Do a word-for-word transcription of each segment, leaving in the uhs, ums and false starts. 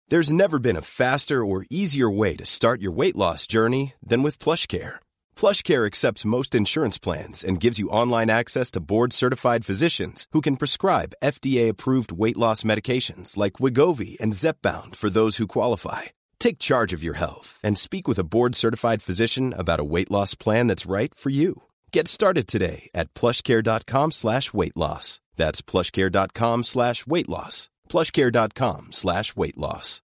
There's never been a faster or easier way to start your weight loss journey than with PlushCare. PlushCare accepts most insurance plans and gives you online access to board-certified physicians who can prescribe F D A-approved weight loss medications like Wegovy and Zepbound for those who qualify. Take charge of your health and speak with a board-certified physician about a weight loss plan that's right for you. Get started today at plushcare.com slash weight loss. That's plushcare.com slash weight loss. plushcare.com slash weight loss.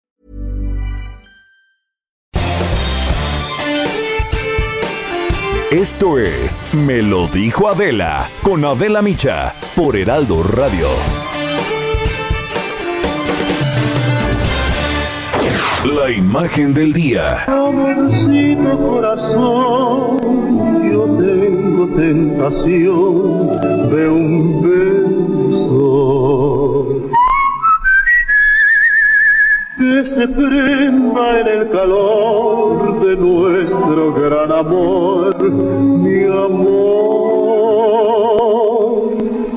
Esto es Me lo dijo Adela, con Adela Micha, por Heraldo Radio. La imagen del día. Amorcito corazón, yo tengo tentación de un beso que se prenda en el calor de nuestro gran amor, mi amor.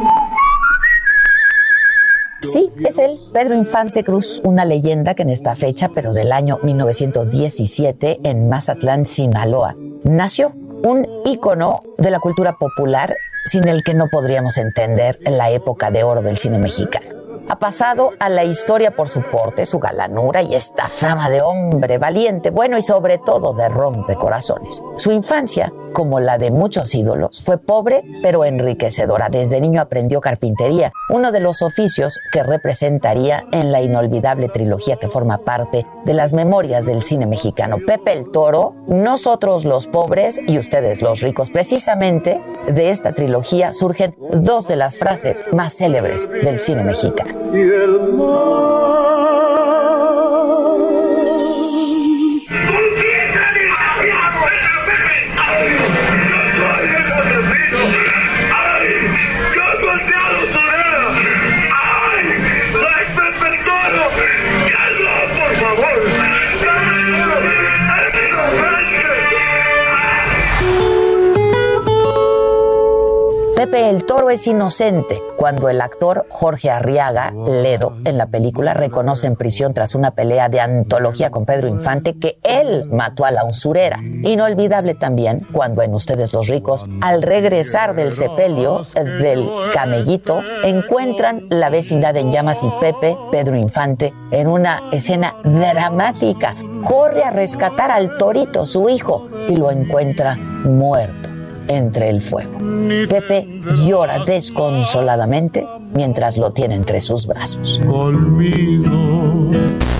Sí, es él, Pedro Infante Cruz, una leyenda que en esta fecha, pero del año mil novecientos diecisiete, en Mazatlán, Sinaloa, nació, un ícono de la cultura popular sin el que no podríamos entender la época de oro del cine mexicano. Ha pasado a la historia por su porte, su galanura y esta fama de hombre valiente, bueno y sobre todo de rompecorazones. Su infancia, como la de muchos ídolos, fue pobre pero enriquecedora. Desde niño aprendió carpintería, uno de los oficios que representaría en la inolvidable trilogía que forma parte de las memorias del cine mexicano. Pepe el Toro, Nosotros los pobres y ustedes los ricos. Precisamente de esta trilogía surgen dos de las frases más célebres del cine mexicano. Y el mar. Pepe el Toro es inocente cuando el actor Jorge Arriaga Ledo en la película reconoce en prisión tras una pelea de antología con Pedro Infante que él mató a la usurera. Inolvidable también cuando en Ustedes los ricos, al regresar del sepelio del camellito, encuentran la vecindad en llamas y Pepe, Pedro Infante, en una escena dramática, corre a rescatar al Torito, su hijo, y lo encuentra muerto entre el fuego. Pepe llora desconsoladamente mientras lo tiene entre sus brazos. Conmigo.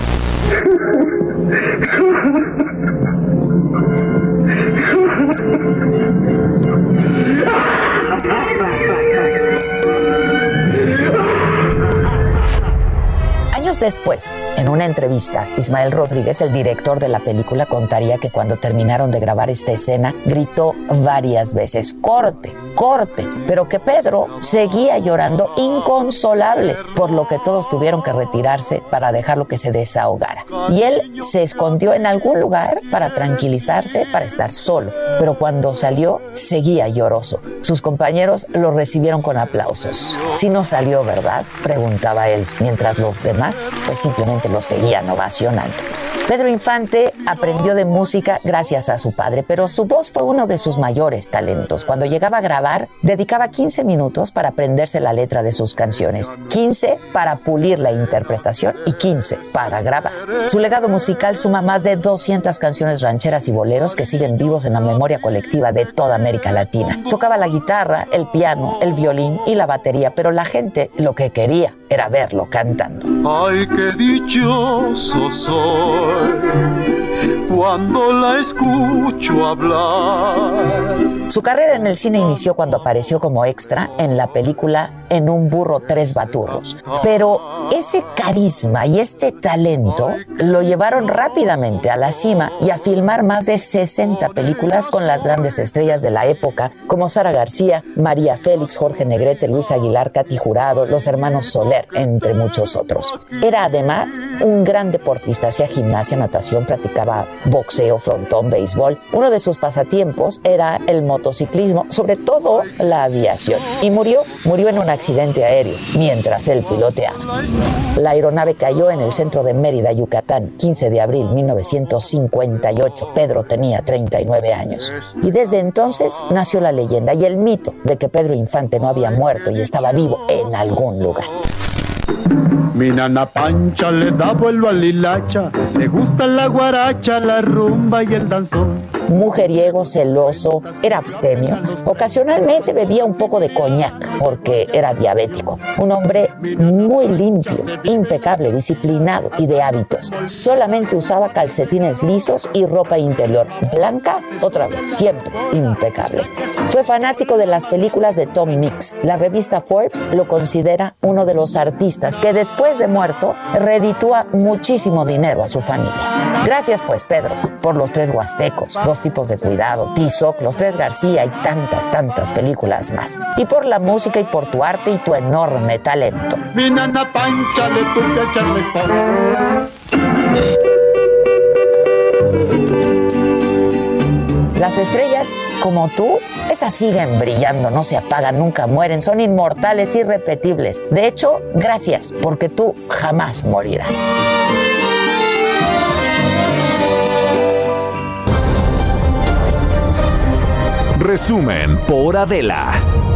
Años después, en una entrevista, Ismael Rodríguez, el director de la película, contaría que cuando terminaron de grabar esta escena, gritó varias veces, ¡corte, corte! Pero que Pedro seguía llorando inconsolable, por lo que todos tuvieron que retirarse para dejarlo que se desahogara. Y él se escondió en algún lugar para tranquilizarse, para estar solo. Pero cuando salió, seguía lloroso. Sus compañeros lo recibieron con aplausos. Si no salió, ¿verdad?, preguntaba él, mientras los demás pues simplemente lo seguían ovacionando. Pedro Infante aprendió de música gracias a su padre, pero su voz fue uno de sus mayores talentos. Cuando llegaba a grabar, dedicaba quince minutos para aprenderse la letra de sus canciones, quince para pulir la interpretación y quince para grabar. Su legado musical suma más de doscientas canciones rancheras y boleros que siguen vivos en la memoria colectiva de toda América Latina. Tocaba la guitarra, el piano, el violín y la batería, pero la gente lo que quería era verlo cantando. Ay, qué dichoso soy cuando la escucho hablar. Su carrera en el cine inició cuando apareció como extra en la película En un burro tres baturros. Pero ese carisma y este talento lo llevaron rápidamente a la cima y a filmar más de sesenta películas con las grandes estrellas de la época, como Sara García, María Félix, Jorge Negrete, Luis Aguilar, Katy Jurado, los hermanos Soler, entre muchos otros. Era además un gran deportista, hacía gimnasia, natación, practicaba Jugaba boxeo, frontón, béisbol. Uno de sus pasatiempos era el motociclismo, sobre todo la aviación. Y murió, murió en un accidente aéreo mientras él piloteaba. La aeronave cayó en el centro de Mérida, Yucatán, quince de abril de mil novecientos cincuenta y ocho. Pedro tenía treinta y nueve años. Y desde entonces nació la leyenda y el mito de que Pedro Infante no había muerto y estaba vivo en algún lugar. Mi nana Pancha le da vuelo al hilacha, le gusta la guaracha, la rumba y el danzón. Mujeriego, celoso, era abstemio. Ocasionalmente bebía un poco de coñac porque era diabético. Un hombre muy limpio, impecable, disciplinado y de hábitos. Solamente usaba calcetines lisos y ropa interior blanca, otra vez, siempre impecable. Fue fanático de las películas de Tom Mix. La revista Forbes lo considera uno de los artistas que después de muerto reditúa muchísimo dinero a su familia. Gracias pues, Pedro, por Los Tres Huastecos, Dos Tipos de Cuidado, Tizoc, Los Tres García y tantas, tantas películas más. Y por la música y por tu arte y tu enorme talento. Mi nana Pancha le toca echarle todo. Las estrellas, como tú, esas siguen brillando, no se apagan, nunca mueren, son inmortales, irrepetibles. De hecho, gracias, porque tú jamás morirás. Resumen por Adela.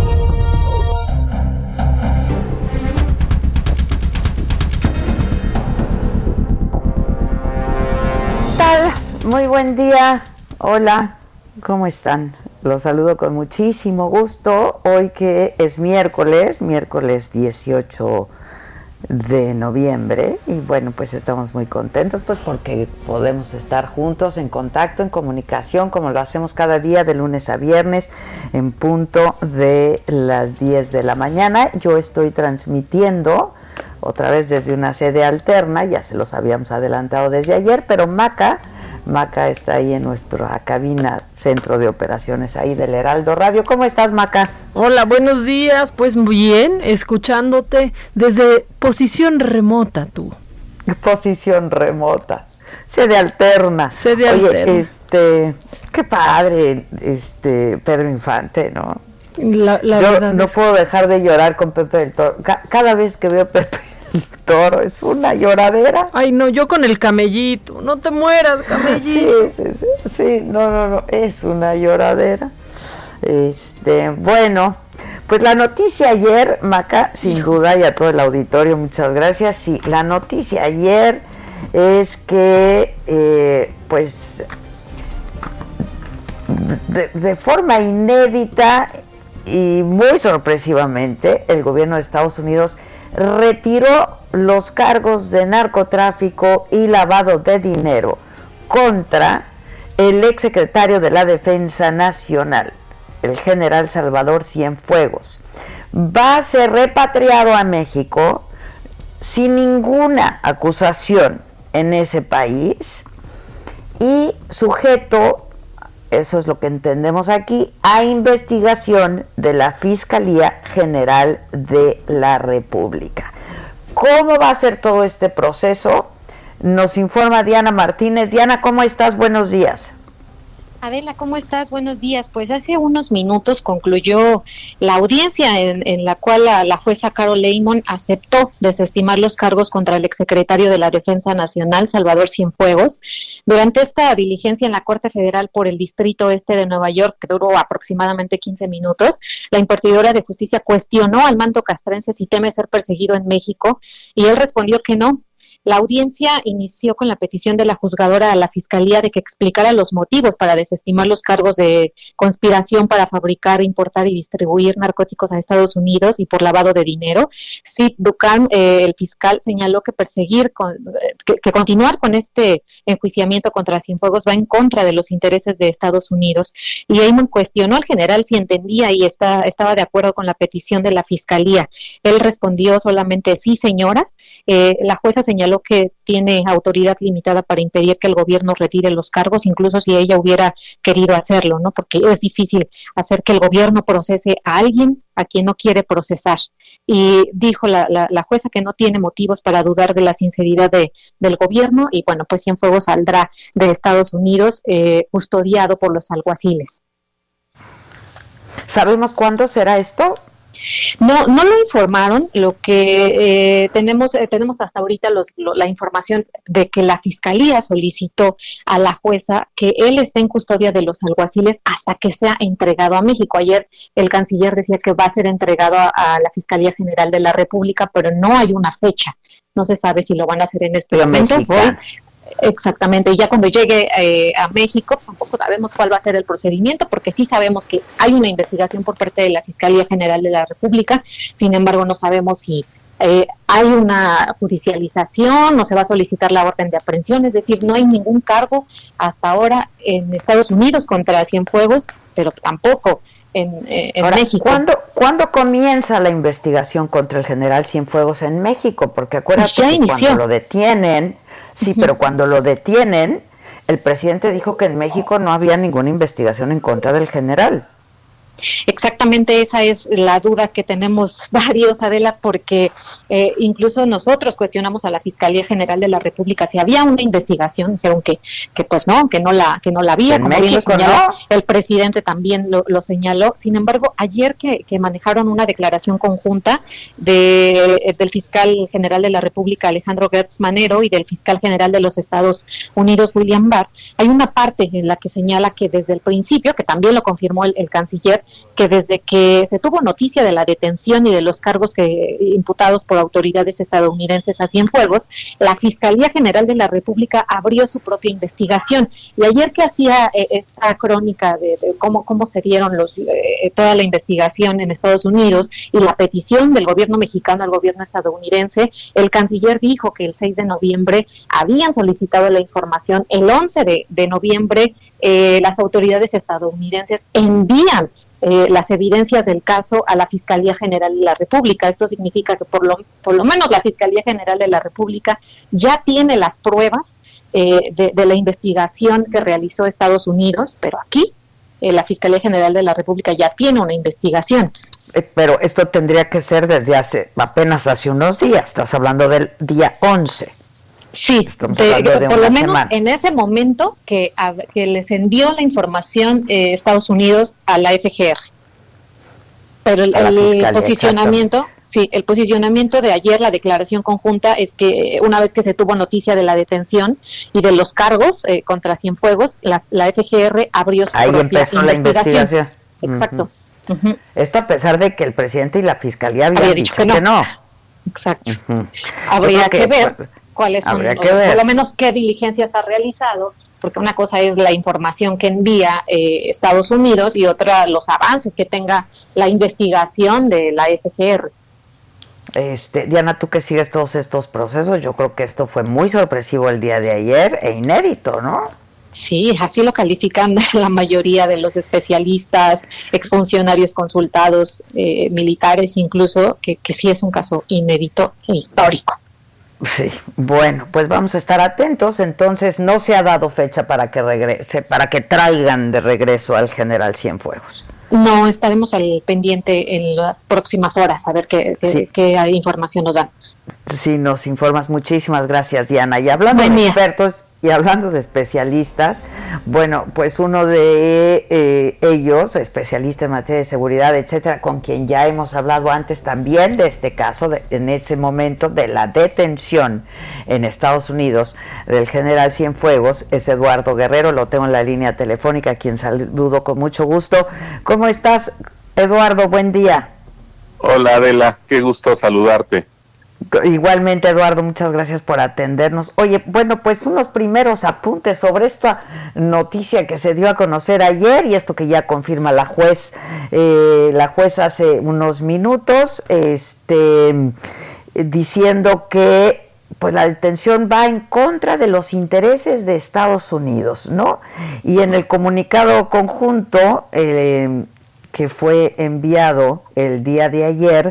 ¿Qué tal? Muy buen día. Hola, ¿cómo están? Los saludo con muchísimo gusto. Hoy que es miércoles, miércoles dieciocho de noviembre. Y bueno, pues estamos muy contentos pues porque podemos estar juntos en contacto, en comunicación, como lo hacemos cada día de lunes a viernes en punto de las diez de la mañana. Yo estoy transmitiendo otra vez desde una sede alterna, ya se los habíamos adelantado desde ayer, pero Maca, Maca está ahí en nuestra cabina, centro de operaciones ahí del Heraldo Radio. ¿Cómo estás, Maca? Hola, buenos días. Pues bien, escuchándote desde posición remota tú. Posición remota. Sede alterna. Sede Oye, alterna. este, qué padre, este, Pedro Infante, ¿no? La, la Yo verdad no es... puedo dejar de llorar con Pepe del Toro. Ca- cada vez que veo Pepe del Toro es una lloradera. Ay, no, yo con el camellito. No te mueras, camellito. Sí, sí, sí, sí, no, no, no, es una lloradera. Este, bueno, pues la noticia ayer, Maca, sin Hijo. duda, y a todo el auditorio, muchas gracias. Sí, la noticia ayer es que, eh, pues, de, de forma inédita y muy sorpresivamente, el gobierno de Estados Unidos retiró los cargos de narcotráfico y lavado de dinero contra el exsecretario de la Defensa Nacional, el general Salvador Cienfuegos. Va a ser repatriado a México sin ninguna acusación en ese país y sujeto, eso es lo que entendemos aquí, a investigación de la Fiscalía General de la República. ¿Cómo va a ser todo este proceso? Nos informa Diana Martínez. Diana, ¿cómo estás? Buenos días. Adela, ¿cómo estás? Buenos días. Pues hace unos minutos concluyó la audiencia en, en la cual la, la jueza Carol Lamont aceptó desestimar los cargos contra el exsecretario de la Defensa Nacional, Salvador Cienfuegos. Durante esta diligencia en la Corte Federal por el Distrito Este de Nueva York, que duró aproximadamente quince minutos, la impartidora de justicia cuestionó al manto castrense si teme ser perseguido en México, y él respondió que no. La audiencia inició con la petición de la juzgadora a la Fiscalía de que explicara los motivos para desestimar los cargos de conspiración para fabricar, importar y distribuir narcóticos a Estados Unidos y por lavado de dinero. Sid Buchan, eh, el fiscal, señaló que perseguir, con, que, que continuar con este enjuiciamiento contra Cienfuegos va en contra de los intereses de Estados Unidos. Y Amon cuestionó al general si entendía y está, estaba de acuerdo con la petición de la Fiscalía. Él respondió solamente sí, señora. Eh, la jueza señaló señaló que tiene autoridad limitada para impedir que el gobierno retire los cargos, incluso si ella hubiera querido hacerlo, ¿no? Porque es difícil hacer que el gobierno procese a alguien a quien no quiere procesar. Y dijo la, la, la jueza que no tiene motivos para dudar de la sinceridad de, del gobierno, y bueno, pues Cienfuegos saldrá de Estados Unidos eh, custodiado por los alguaciles. ¿Sabemos cuándo será esto? No, no lo informaron. Lo que eh, tenemos eh, tenemos hasta ahorita los, lo, la información de que la fiscalía solicitó a la jueza que él esté en custodia de los alguaciles hasta que sea entregado a México. Ayer el canciller decía que va a ser entregado a, a la Fiscalía General de la República, pero no hay una fecha. No se sabe si lo van a hacer en este momento. Hoy, exactamente, y ya cuando llegue eh, a México tampoco sabemos cuál va a ser el procedimiento, porque sí sabemos que hay una investigación por parte de la Fiscalía General de la República. Sin embargo, no sabemos si eh, hay una judicialización o se va a solicitar la orden de aprehensión. Es decir, no hay ningún cargo hasta ahora en Estados Unidos contra Cienfuegos, pero tampoco en, eh, en Ahora, México. ¿cuándo, ¿Cuándo comienza la investigación contra el general Cienfuegos en México? Porque acuérdate ya que inició. Cuando lo detienen, sí, uh-huh. pero cuando lo detienen, el presidente dijo que en México no había ninguna investigación en contra del general. Exactamente, esa es la duda que tenemos varios, Adela, porque eh, incluso nosotros cuestionamos a la Fiscalía General de la República si había una investigación, dijeron que, que pues no, que no la que no la había, en como México, bien lo señaló, ¿no? El presidente también lo, lo señaló. Sin embargo, ayer que, que manejaron una declaración conjunta de, del fiscal general de la República, Alejandro Gertz Manero, y del fiscal general de los Estados Unidos, William Barr, hay una parte en la que señala que desde el principio, que también lo confirmó el, el canciller, que desde que se tuvo noticia de la detención y de los cargos que imputados por autoridades estadounidenses a Cienfuegos, la Fiscalía General de la República abrió su propia investigación. Y ayer que hacía eh, esta crónica de, de cómo cómo se dieron los eh, toda la investigación en Estados Unidos y la petición del gobierno mexicano al gobierno estadounidense, el canciller dijo que el seis de noviembre habían solicitado la información, el once de noviembre eh, las autoridades estadounidenses envían Eh, las evidencias del caso a la Fiscalía General de la República. Esto significa que por lo, por lo menos la Fiscalía General de la República ya tiene las pruebas eh, de, de la investigación que realizó Estados Unidos, pero aquí eh, la Fiscalía General de la República ya tiene una investigación. Eh, pero esto tendría que ser desde hace apenas hace unos días, estás hablando del día once. Sí, de, de por lo menos semana. En ese momento que, a, que les envió la información eh, Estados Unidos a la F G R. Pero el, el fiscalía, posicionamiento, sí, el posicionamiento de ayer, la declaración conjunta, es que una vez que se tuvo noticia de la detención y de los cargos eh, contra Cienfuegos, la, la F G R abrió su Ahí propia empezó investigación. La investigación. Exacto. Uh-huh. Uh-huh. Esto a pesar de que el presidente y la fiscalía habían Había dicho, dicho que no. que no. Exacto. Uh-huh. Habría que, que ver pues, cuáles son, que o, ver. por lo menos qué diligencias ha realizado, porque una cosa es la información que envía eh, Estados Unidos y otra los avances que tenga la investigación de la F G R. Este, Diana, tú que sigues todos estos procesos, yo creo que esto fue muy sorpresivo el día de ayer e inédito, ¿no? Sí, así lo califican la mayoría de los especialistas, exfuncionarios consultados, eh, militares incluso, que, que sí es un caso inédito e histórico. Sí, bueno, pues vamos a estar atentos. Entonces no se ha dado fecha para que regrese, para que traigan de regreso al general Cienfuegos. No, estaremos al pendiente en las próximas horas a ver qué, qué, sí. qué información nos dan. Sí, nos informas. Muchísimas gracias, Diana. Y hablando Buen de día. expertos y hablando de especialistas, bueno, pues uno de eh, ellos, especialista en materia de seguridad, etcétera, con quien ya hemos hablado antes también de este caso, de, en ese momento de la detención en Estados Unidos del general Cienfuegos, es Eduardo Guerrero. Lo tengo en la línea telefónica, a quien saludo con mucho gusto. ¿Cómo estás, Eduardo? Buen día. Hola, Adela, qué gusto saludarte. Igualmente, Eduardo, muchas gracias por atendernos. Oye, bueno, pues unos primeros apuntes sobre esta noticia que se dio a conocer ayer y esto que ya confirma la juez, eh, la juez hace unos minutos, este, diciendo que pues la detención va en contra de los intereses de Estados Unidos, ¿no? Y en el comunicado conjunto eh, que fue enviado el día de ayer,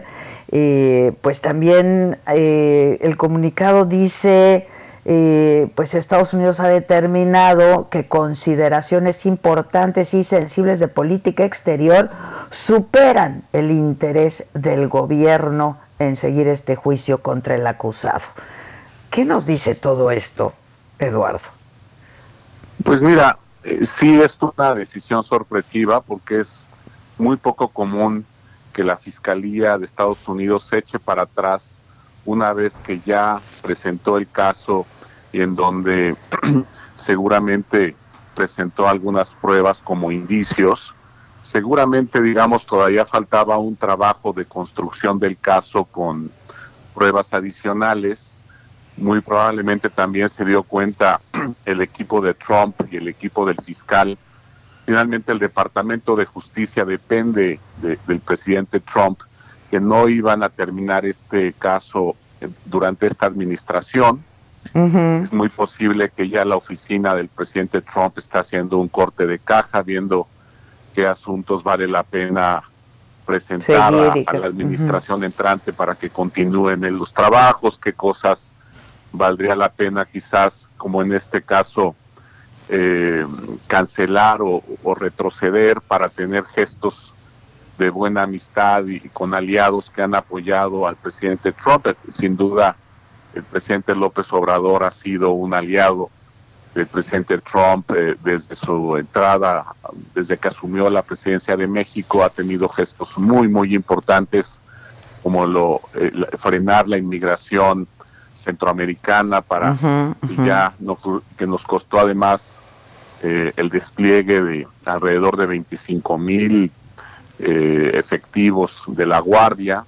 Eh, pues también eh, el comunicado dice, eh, pues Estados Unidos ha determinado que consideraciones importantes y sensibles de política exterior superan el interés del gobierno en seguir este juicio contra el acusado. ¿Qué nos dice todo esto, Eduardo? Pues mira, eh, sí es una decisión sorpresiva porque es muy poco común que la Fiscalía de Estados Unidos se eche para atrás una vez que ya presentó el caso y en donde seguramente presentó algunas pruebas como indicios. Seguramente, digamos, todavía faltaba un trabajo de construcción del caso con pruebas adicionales. Muy probablemente también se dio cuenta el equipo de Trump y el equipo del fiscal. Finalmente el Departamento de Justicia depende de, del presidente Trump, que no iban a terminar este caso durante esta administración. Uh-huh. Es muy posible que ya la oficina del presidente Trump está haciendo un corte de caja, viendo qué asuntos vale la pena presentar a, a la administración uh-huh. entrante para que continúen en los trabajos, qué cosas valdría la pena quizás, como en este caso, Eh, cancelar o, o retroceder para tener gestos de buena amistad y, y con aliados que han apoyado al presidente Trump. Sin duda, el presidente López Obrador ha sido un aliado del presidente Trump eh, desde su entrada, desde que asumió la presidencia de México. Ha tenido gestos muy, muy importantes, como lo eh, la, frenar la inmigración centroamericana para uh-huh, uh-huh. ya no, que nos costó además eh, el despliegue de alrededor de veinticinco mil eh, efectivos de la Guardia.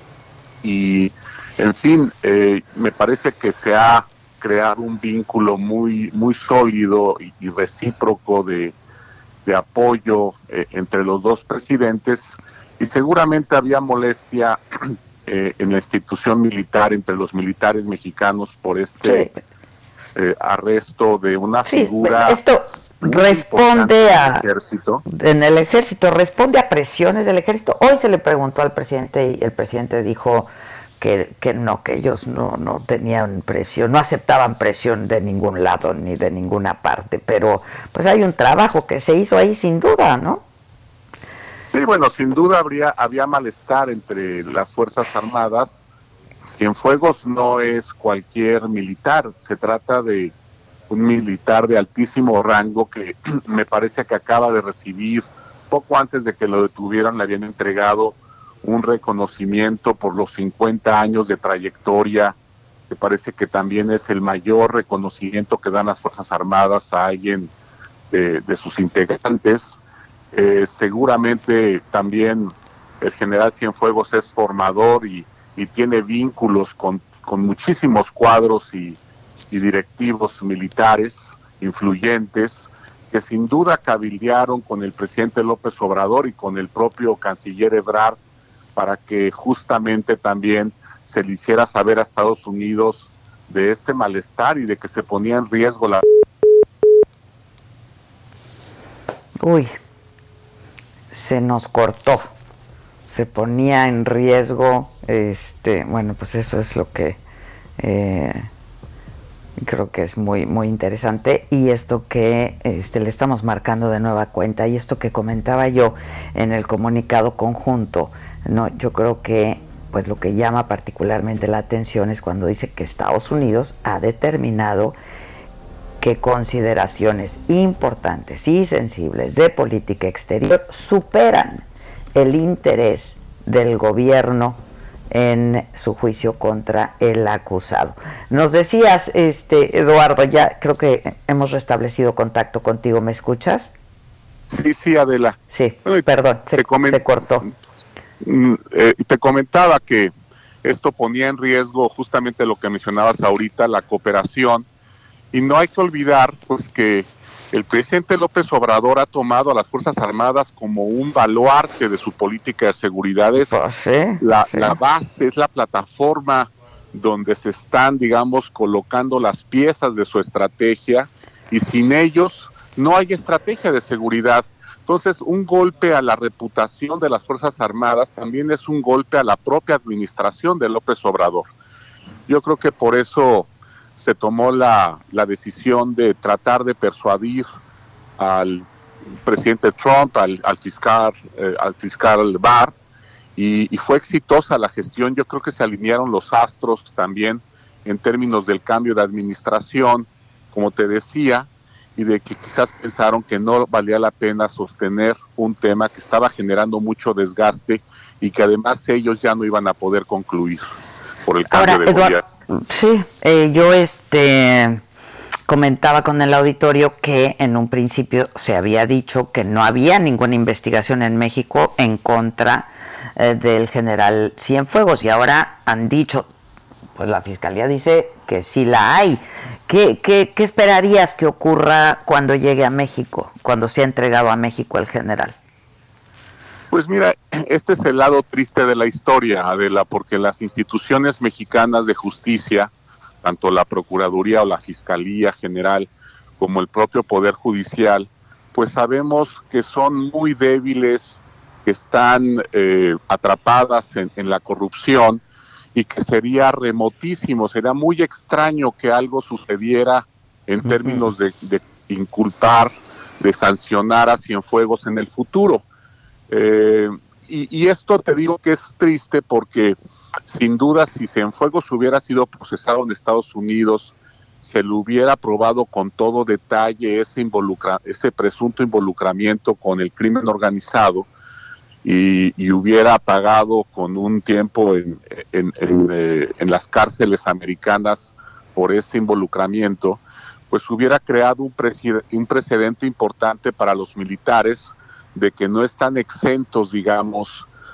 Y en fin, eh, me parece que se ha creado un vínculo muy muy sólido y, y recíproco de, de apoyo eh, entre los dos presidentes, y seguramente había molestia Eh, en la institución militar, entre los militares mexicanos, por este sí. eh, arresto de una sí, figura. Esto responde a. En el ejército. En el ejército, responde a presiones del ejército. Hoy se le preguntó al presidente y el presidente dijo que, que no, que ellos no, no tenían presión, no aceptaban presión de ningún lado ni de ninguna parte. Pero pues hay un trabajo que se hizo ahí sin duda, ¿no? Sí, bueno, sin duda habría había malestar entre las Fuerzas Armadas. Cienfuegos no es cualquier militar, se trata de un militar de altísimo rango que me parece que acaba de recibir, poco antes de que lo detuvieran, le habían entregado un reconocimiento por los cincuenta años de trayectoria. Me parece que también es el mayor reconocimiento que dan las Fuerzas Armadas a alguien de, de sus integrantes. Eh, seguramente también el general Cienfuegos es formador y, y tiene vínculos con, con muchísimos cuadros y, y directivos militares influyentes que sin duda cabildearon con el presidente López Obrador y con el propio canciller Ebrard para que justamente también se le hiciera saber a Estados Unidos de este malestar y de que se ponía en riesgo la... Uy... se nos cortó, se ponía en riesgo, este, bueno, pues eso es lo que eh, creo que es muy muy interesante, y esto que este, le estamos marcando de nueva cuenta, y esto que comentaba yo en el comunicado conjunto, no, yo creo que pues lo que llama particularmente la atención es cuando dice que Estados Unidos ha determinado que consideraciones importantes y sensibles de política exterior superan el interés del gobierno en su juicio contra el acusado. Nos decías, este Eduardo, ya creo que hemos restablecido contacto contigo, ¿me escuchas? Sí, sí, Adela. Sí, perdón, se, coment- se cortó. Eh, te comentaba que esto ponía en riesgo justamente lo que mencionabas ahorita, la cooperación. Y no hay que olvidar pues que el presidente López Obrador ha tomado a las Fuerzas Armadas como un baluarte de su política de seguridad. Es oh, sí, la, sí. la base, es la plataforma donde se están, digamos, colocando las piezas de su estrategia, y sin ellos no hay estrategia de seguridad. Entonces, un golpe a la reputación de las Fuerzas Armadas también es un golpe a la propia administración de López Obrador. Yo creo que por eso se tomó la, la decisión de tratar de persuadir al presidente Trump, al, al fiscal, eh, al fiscal Barr, y, y fue exitosa la gestión. Yo creo que se alinearon los astros también en términos del cambio de administración, como te decía, y de que quizás pensaron que no valía la pena sostener un tema que estaba generando mucho desgaste y que además ellos ya no iban a poder concluir por el cambio Ahora, de Eduardo, gobierno. Sí, eh, yo este comentaba con el auditorio que en un principio se había dicho que no había ninguna investigación en México en contra eh, del general Cienfuegos, y ahora han dicho, pues la Fiscalía dice que sí la hay. ¿Qué, qué, qué esperarías que ocurra cuando llegue a México, cuando sea entregado a México el general? Pues mira, este es el lado triste de la historia, Adela, porque las instituciones mexicanas de justicia, tanto la Procuraduría o la Fiscalía General como el propio Poder Judicial, pues sabemos que son muy débiles, que están eh, atrapadas en, en la corrupción, y que sería remotísimo, sería muy extraño que algo sucediera en uh-huh. términos de, de inculpar, de sancionar a Cienfuegos en el futuro. Eh, y, y esto te digo que es triste porque sin duda si Cienfuegos hubiera sido procesado en Estados Unidos, se le hubiera probado con todo detalle ese, involucra, ese presunto involucramiento con el crimen organizado, Y, y hubiera pagado con un tiempo en, en, en, eh, en las cárceles americanas por ese involucramiento, pues hubiera creado un, presi- un precedente importante para los militares de que no están exentos, digamos,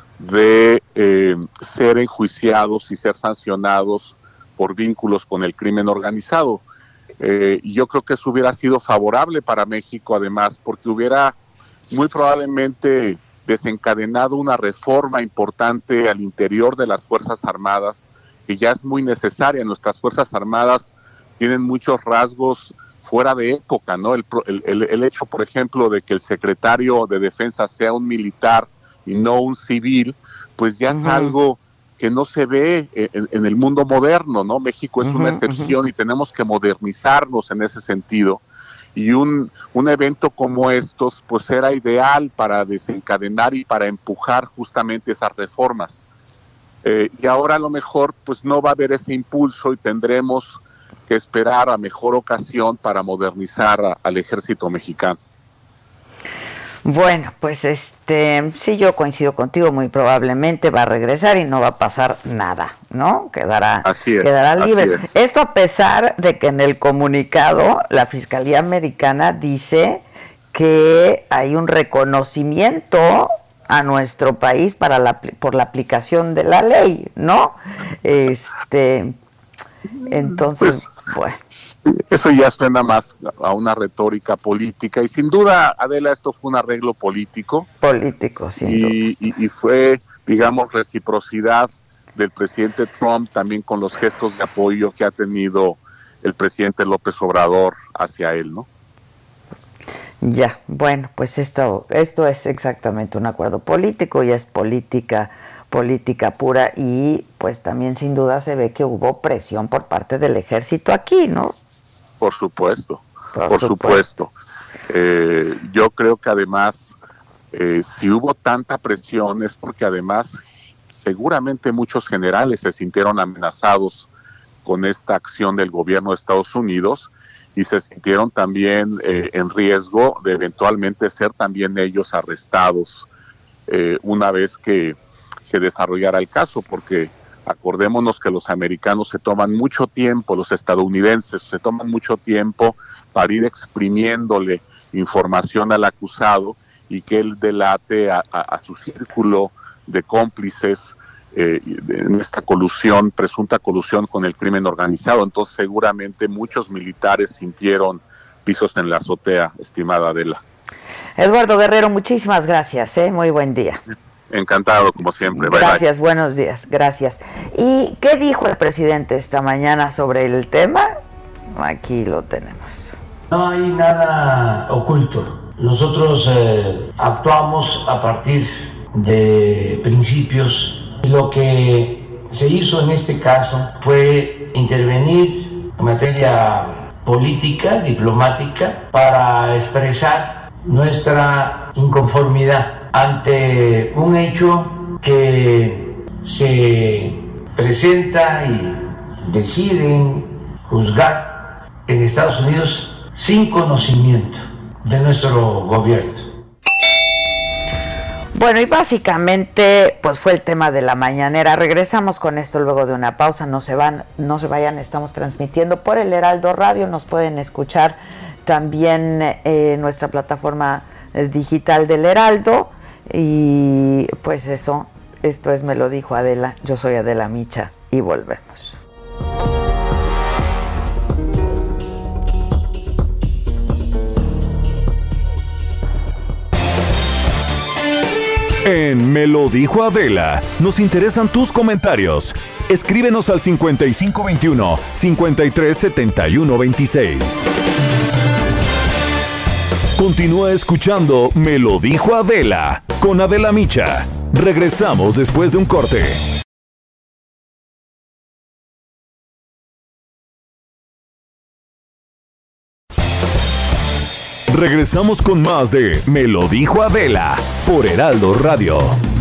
de eh, ser enjuiciados y ser sancionados por vínculos con el crimen organizado. Eh, y yo creo que eso hubiera sido favorable para México, además, porque hubiera muy probablemente desencadenado una reforma importante al interior de las Fuerzas Armadas, que ya es muy necesaria. Nuestras Fuerzas Armadas tienen muchos rasgos fuera de época, ¿no? El, el, el hecho, por ejemplo, de que el secretario de Defensa sea un militar y no un civil, pues ya uh-huh. es algo que no se ve en, en el mundo moderno, ¿no? México es uh-huh, una excepción uh-huh. y tenemos que modernizarnos en ese sentido. Y un, un evento como estos, pues era ideal para desencadenar y para empujar justamente esas reformas. Eh, y ahora a lo mejor pues no va a haber ese impulso y tendremos que esperar a mejor ocasión para modernizar a, al ejército mexicano. Bueno, pues este, sí, yo coincido contigo, muy probablemente va a regresar y no va a pasar nada, ¿no? Quedará, así es, quedará libre. así es. Esto a pesar de que en el comunicado la Fiscalía Americana dice que hay un reconocimiento a nuestro país para la, por la aplicación de la ley, ¿no? Este, entonces, pues, bueno. Eso ya suena más a una retórica política y sin duda, Adela, esto fue un arreglo político. Político, sin y, duda. Y, y fue, digamos, reciprocidad del presidente Trump también con los gestos de apoyo que ha tenido el presidente López Obrador hacia él, ¿no? Ya, bueno, pues esto, esto es exactamente un acuerdo político, ya es política política pura y pues también sin duda se ve que hubo presión por parte del ejército aquí, ¿no? Por supuesto, por, por supuesto. supuesto. Eh, yo creo que además, eh, si hubo tanta presión es porque además seguramente muchos generales se sintieron amenazados con esta acción del gobierno de Estados Unidos y se sintieron también eh, en riesgo de eventualmente ser también ellos arrestados eh, una vez que se desarrollara el caso, porque acordémonos que los americanos se toman mucho tiempo, los estadounidenses se toman mucho tiempo para ir exprimiéndole información al acusado y que él delate a, a, a su círculo de cómplices eh, en esta colusión, presunta colusión con el crimen organizado. Entonces seguramente muchos militares sintieron pisos en la azotea, estimada Adela. Eduardo Guerrero, muchísimas gracias, ¿eh? Muy buen día. Encantado, como siempre. Gracias, bye, bye. Buenos días, gracias. ¿Y qué dijo el presidente esta mañana sobre el tema? Aquí lo tenemos. No hay nada oculto. Nosotros eh, actuamos a partir de principios. Lo que se hizo en este caso fue intervenir en materia política, diplomática, para expresar nuestra inconformidad ante un hecho que se presenta y deciden juzgar en Estados Unidos sin conocimiento de nuestro gobierno. Bueno, y básicamente pues fue el tema de la mañanera. Regresamos con esto luego de una pausa. No se van, no se vayan, estamos transmitiendo por el Heraldo Radio. Nos pueden escuchar también en eh, nuestra plataforma digital del Heraldo. Y pues eso, esto es Me lo dijo Adela. Yo soy Adela Micha y volvemos. En Me lo dijo Adela, nos interesan tus comentarios. Escríbenos al cincuenta y cinco veintiuno, cincuenta y tres setenta y uno veintiséis. Continúa escuchando Me lo dijo Adela con Adela Micha. Regresamos después de un corte. Regresamos con más de Me lo dijo Adela por Heraldo Radio.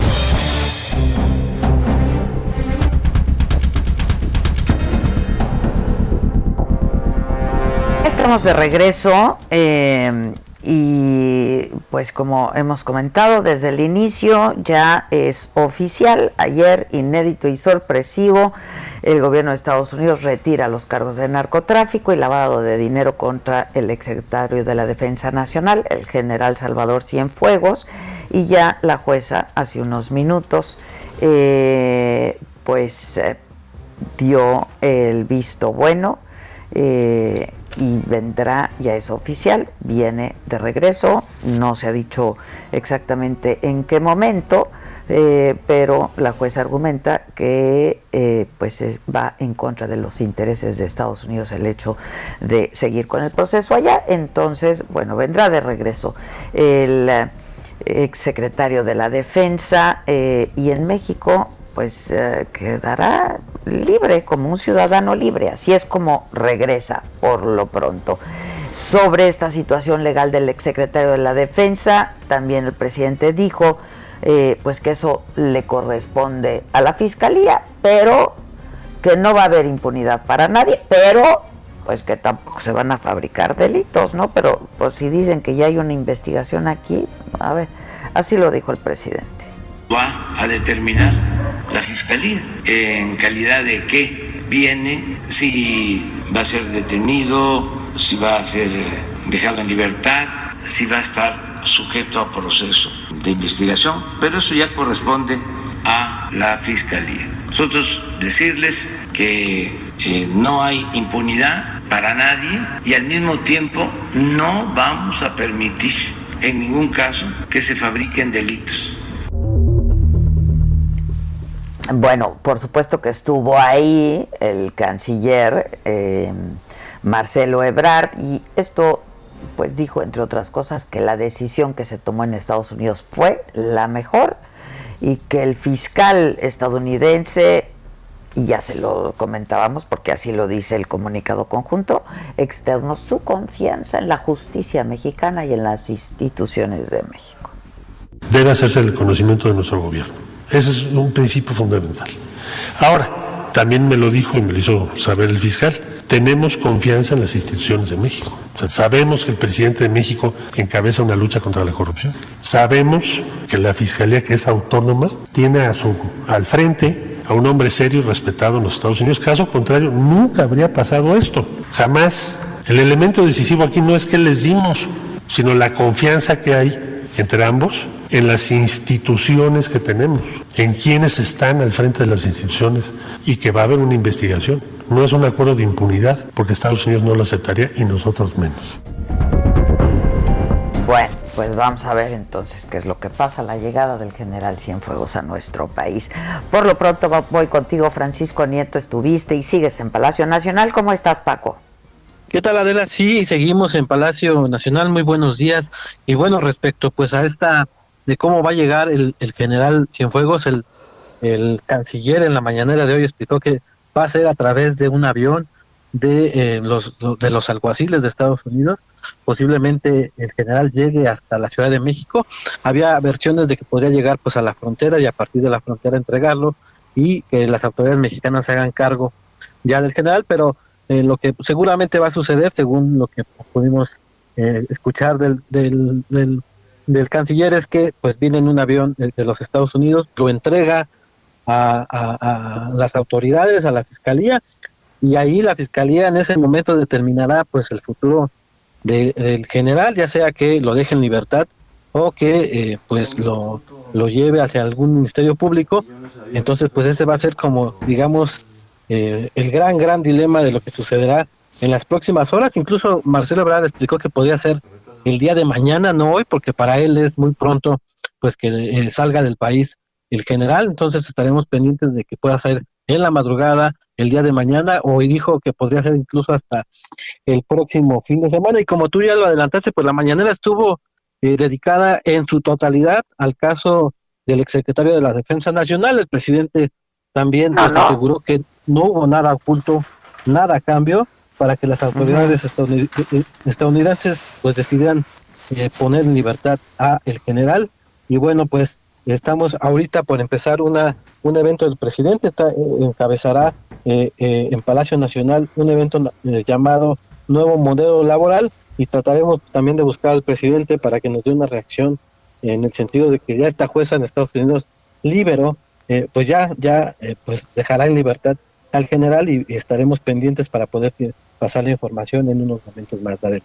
Estamos de regreso eh, y pues como hemos comentado desde el inicio ya es oficial. Ayer, inédito y sorpresivo, el gobierno de Estados Unidos retira los cargos de narcotráfico y lavado de dinero contra el exsecretario de la Defensa Nacional, el general Salvador Cienfuegos, y ya la jueza hace unos minutos eh, pues eh, dio el visto bueno. Eh, y vendrá, ya es oficial, viene de regreso, no se ha dicho exactamente en qué momento, eh, pero la jueza argumenta que eh, pues va en contra de los intereses de Estados Unidos el hecho de seguir con el proceso allá. Entonces, bueno, vendrá de regreso el eh, exsecretario de la Defensa eh, y en México pues eh, quedará libre, como un ciudadano libre. Así es como regresa por lo pronto. Sobre esta situación legal del exsecretario de la Defensa, también el presidente dijo eh, pues que eso le corresponde a la Fiscalía, pero que no va a haber impunidad para nadie, pero pues que tampoco se van a fabricar delitos, ¿no? Pero pues si dicen que ya hay una investigación aquí, a ver, así lo dijo el presidente. Va a determinar la Fiscalía en calidad de qué viene, si va a ser detenido, si va a ser dejado en libertad, si va a estar sujeto a proceso de investigación, pero eso ya corresponde a la Fiscalía. Nosotros decirles que eh, no hay impunidad para nadie y al mismo tiempo no vamos a permitir en ningún caso que se fabriquen delitos. Bueno, por supuesto que estuvo ahí el canciller eh, Marcelo Ebrard, y esto pues dijo, entre otras cosas, que la decisión que se tomó en Estados Unidos fue la mejor y que el fiscal estadounidense, y ya se lo comentábamos porque así lo dice el comunicado conjunto, externó su confianza en la justicia mexicana y en las instituciones de México. Debe hacerse el conocimiento de nuestro gobierno. Ese es un principio fundamental. Ahora, también me lo dijo y me lo hizo saber el fiscal, tenemos confianza en las instituciones de México. O sea, sabemos que el presidente de México encabeza una lucha contra la corrupción. Sabemos que la Fiscalía, que es autónoma, tiene a su, al frente a un hombre serio y respetado en los Estados Unidos. Caso contrario, nunca habría pasado esto. Jamás. El elemento decisivo aquí no es que les dimos, sino la confianza que hay entre ambos en las instituciones que tenemos, en quienes están al frente de las instituciones, y que va a haber una investigación. No es un acuerdo de impunidad, porque Estados Unidos no lo aceptaría y nosotros menos. Bueno, pues vamos a ver entonces qué es lo que pasa, la llegada del general Cienfuegos a nuestro país. Por lo pronto voy contigo, Francisco Nieto. Estuviste y sigues en Palacio Nacional. ¿Cómo estás, Paco? ¿Qué tal, Adela? Sí, seguimos en Palacio Nacional, muy buenos días. Y bueno, respecto pues a esta, de cómo va a llegar el, el general Cienfuegos, el, el canciller en la mañanera de hoy explicó que va a ser a través de un avión de eh, los de los alguaciles de Estados Unidos. Posiblemente el general llegue hasta la Ciudad de México. Había versiones de que podría llegar pues a la frontera y a partir de la frontera entregarlo y que las autoridades mexicanas se hagan cargo ya del general, pero eh, lo que seguramente va a suceder, según lo que pudimos eh, escuchar del, del, del, del canciller, es que pues viene en un avión de, de los Estados Unidos, lo entrega a, a, a las autoridades, a la fiscalía, y ahí la fiscalía en ese momento determinará pues el futuro de, del general, ya sea que lo deje en libertad o que eh, pues lo, lo lleve hacia algún ministerio público. Entonces pues ese va a ser como digamos eh, el gran gran dilema de lo que sucederá en las próximas horas. Incluso Marcelo Ebrard explicó que podría ser el día de mañana, no hoy, porque para él es muy pronto pues que eh, salga del país el general. Entonces estaremos pendientes de que pueda ser en la madrugada, el día de mañana, o dijo que podría ser incluso hasta el próximo fin de semana. Y como tú ya lo adelantaste, pues la mañanera estuvo eh, dedicada en su totalidad al caso del exsecretario de la Defensa Nacional. El presidente también no, pues, no. aseguró que no hubo nada oculto, nada a cambio, para que las autoridades uh-huh. estadounidenses pues decidieran eh, poner en libertad a el general. Y bueno, pues estamos ahorita por empezar una un evento del presidente, está, eh, encabezará eh, eh, en Palacio Nacional un evento eh, llamado Nuevo Modelo Laboral, y trataremos también de buscar al presidente para que nos dé una reacción en el sentido de que ya esta jueza en Estados Unidos liberó, eh, pues ya ya eh, pues dejará en libertad al general y, y estaremos pendientes para poder pasar la información en unos momentos más tarde.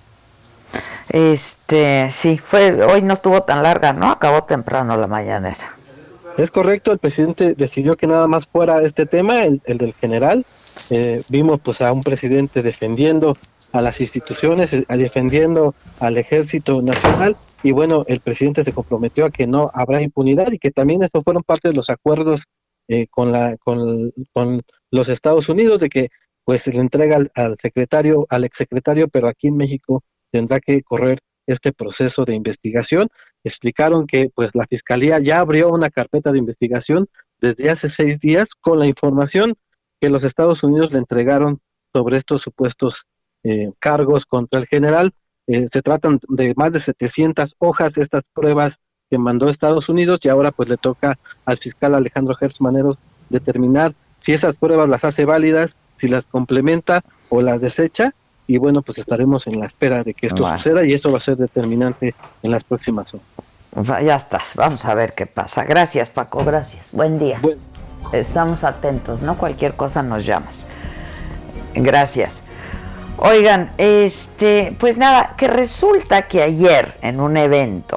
Este, sí, fue hoy no estuvo tan larga, ¿no? Acabó temprano la mañanera. Es correcto, el presidente decidió que nada más fuera este tema, el, el del general. Eh, vimos pues a un presidente defendiendo a las instituciones, eh, defendiendo al Ejército Nacional, y bueno, el presidente se comprometió a que no habrá impunidad y que también estos fueron parte de los acuerdos eh, con la con, con los Estados Unidos, de que pues se le entrega al, al secretario, al exsecretario, pero aquí en México tendrá que correr este proceso de investigación. Explicaron que pues la Fiscalía ya abrió una carpeta de investigación desde hace seis días con la información que los Estados Unidos le entregaron sobre estos supuestos eh, cargos contra el general. Eh, se tratan de más de setecientas hojas estas pruebas que mandó Estados Unidos, y ahora pues le toca al fiscal Alejandro Gertz Manero determinar si esas pruebas las hace válidas, si las complementa o las desecha. Y bueno, pues estaremos en la espera de que esto bueno. suceda, y eso va a ser determinante en las próximas horas. Ya estás, vamos a ver qué pasa. Gracias, Paco, gracias. Buen día. Bueno. Estamos atentos, ¿no? Cualquier cosa nos llamas. Gracias. Oigan, este, pues nada, que resulta que ayer en un evento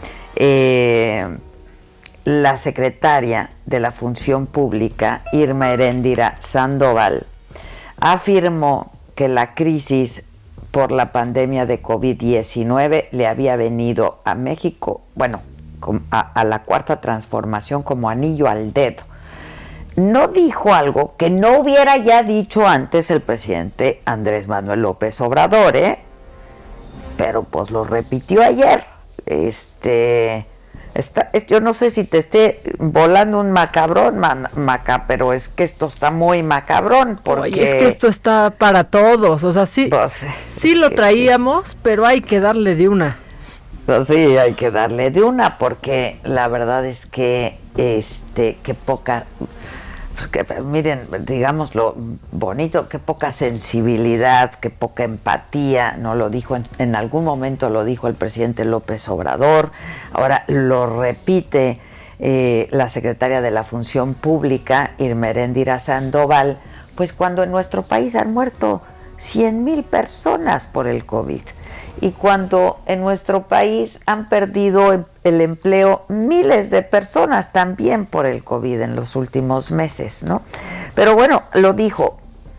eh, la secretaria de la Función Pública, Irma Heréndira Sandoval, afirmó que la crisis por la pandemia de COVID diecinueve le había venido a México, bueno, a, a la Cuarta Transformación como anillo al dedo. No dijo algo que no hubiera ya dicho antes el presidente Andrés Manuel López Obrador, ¿eh? Pero pues lo repitió ayer. Este... Está, yo no sé si te esté volando un macabrón, man, maca, pero es que esto está muy macabrón. Porque... Oye, es que esto está para todos, o sea, sí, pues, sí lo traíamos, sí. Pero hay que darle de una. Pues sí, hay que darle de una, porque la verdad es que, este, que poca, pues que, miren, digamos lo bonito, que poca sensibilidad, que poca empatía, no lo dijo, en, en algún momento lo dijo el presidente López Obrador, ahora lo repite eh, la secretaria de la Función Pública, Irma Heréndira Sandoval, pues cuando en nuestro país han muerto cien mil personas por el COVID, y cuando en nuestro país han perdido el empleo miles de personas también por el COVID en los últimos meses, ¿no? Pero bueno, lo dijo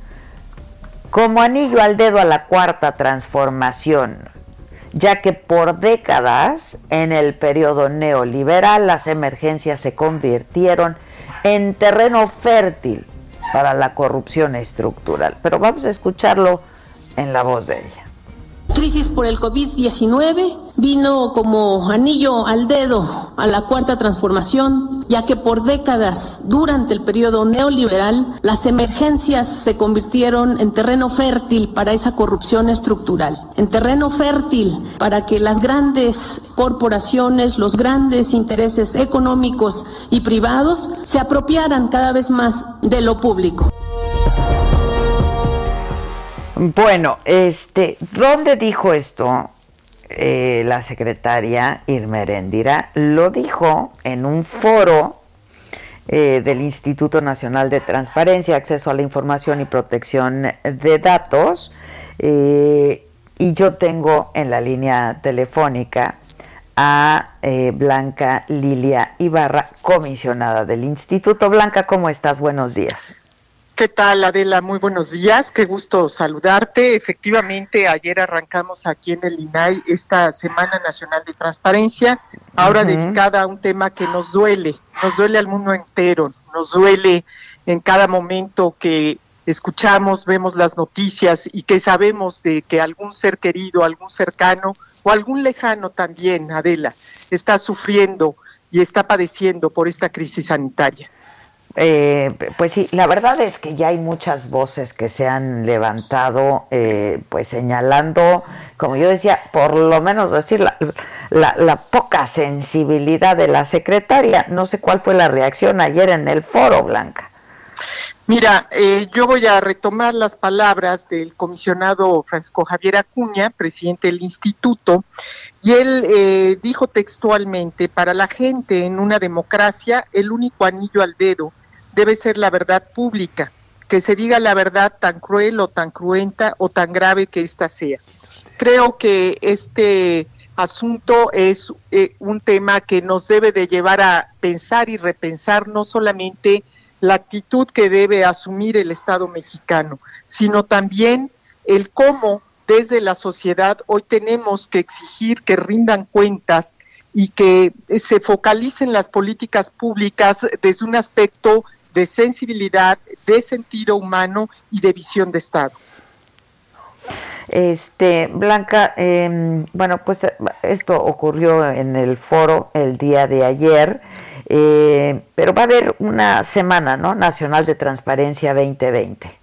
como anillo al dedo a la Cuarta Transformación, ya que por décadas en el periodo neoliberal las emergencias se convirtieron en terreno fértil para la corrupción estructural. Pero vamos a escucharlo en la voz de ella. Crisis por el COVID diecinueve vino como anillo al dedo a la cuarta transformación, ya que por décadas durante el periodo neoliberal las emergencias se convirtieron en terreno fértil para esa corrupción estructural, en terreno fértil para que las grandes corporaciones, los grandes intereses económicos y privados se apropiaran cada vez más de lo público. Bueno, este, ¿dónde dijo esto eh, la secretaria Irma Heréndira? Lo dijo en un foro eh, del Instituto Nacional de Transparencia, Acceso a la Información y Protección de Datos, eh, y yo tengo en la línea telefónica a eh, Blanca Lilia Ibarra, comisionada del Instituto. Blanca, ¿cómo estás? Buenos días. ¿Qué tal, Adela? Muy buenos días, qué gusto saludarte. Efectivamente, ayer arrancamos aquí en el I N A I esta Semana Nacional de Transparencia, ahora uh-huh. dedicada a un tema que nos duele, nos duele al mundo entero, nos duele en cada momento que escuchamos, vemos las noticias y que sabemos de que algún ser querido, algún cercano o algún lejano también, Adela, está sufriendo y está padeciendo por esta crisis sanitaria. Eh, pues sí, la verdad es que ya hay muchas voces que se han levantado, eh, pues señalando, como yo decía, por lo menos decir la, la, la poca sensibilidad de la secretaria. No sé cuál fue la reacción ayer en el foro, Blanca. Mira, eh, yo voy a retomar las palabras del comisionado Francisco Javier Acuña, presidente del instituto, y él eh, dijo textualmente: para la gente en una democracia, el único anillo al dedo debe ser la verdad pública, que se diga la verdad tan cruel o tan cruenta o tan grave que ésta sea. Creo que este asunto es eh, un tema que nos debe de llevar a pensar y repensar no solamente la actitud que debe asumir el Estado mexicano, sino también el cómo desde la sociedad hoy tenemos que exigir que rindan cuentas y que se focalicen las políticas públicas desde un aspecto de sensibilidad, de sentido humano y de visión de Estado. Este, Blanca, eh, bueno, pues esto ocurrió en el foro el día de ayer, eh, pero va a haber una semana, ¿no?, Nacional de Transparencia veinte veinte.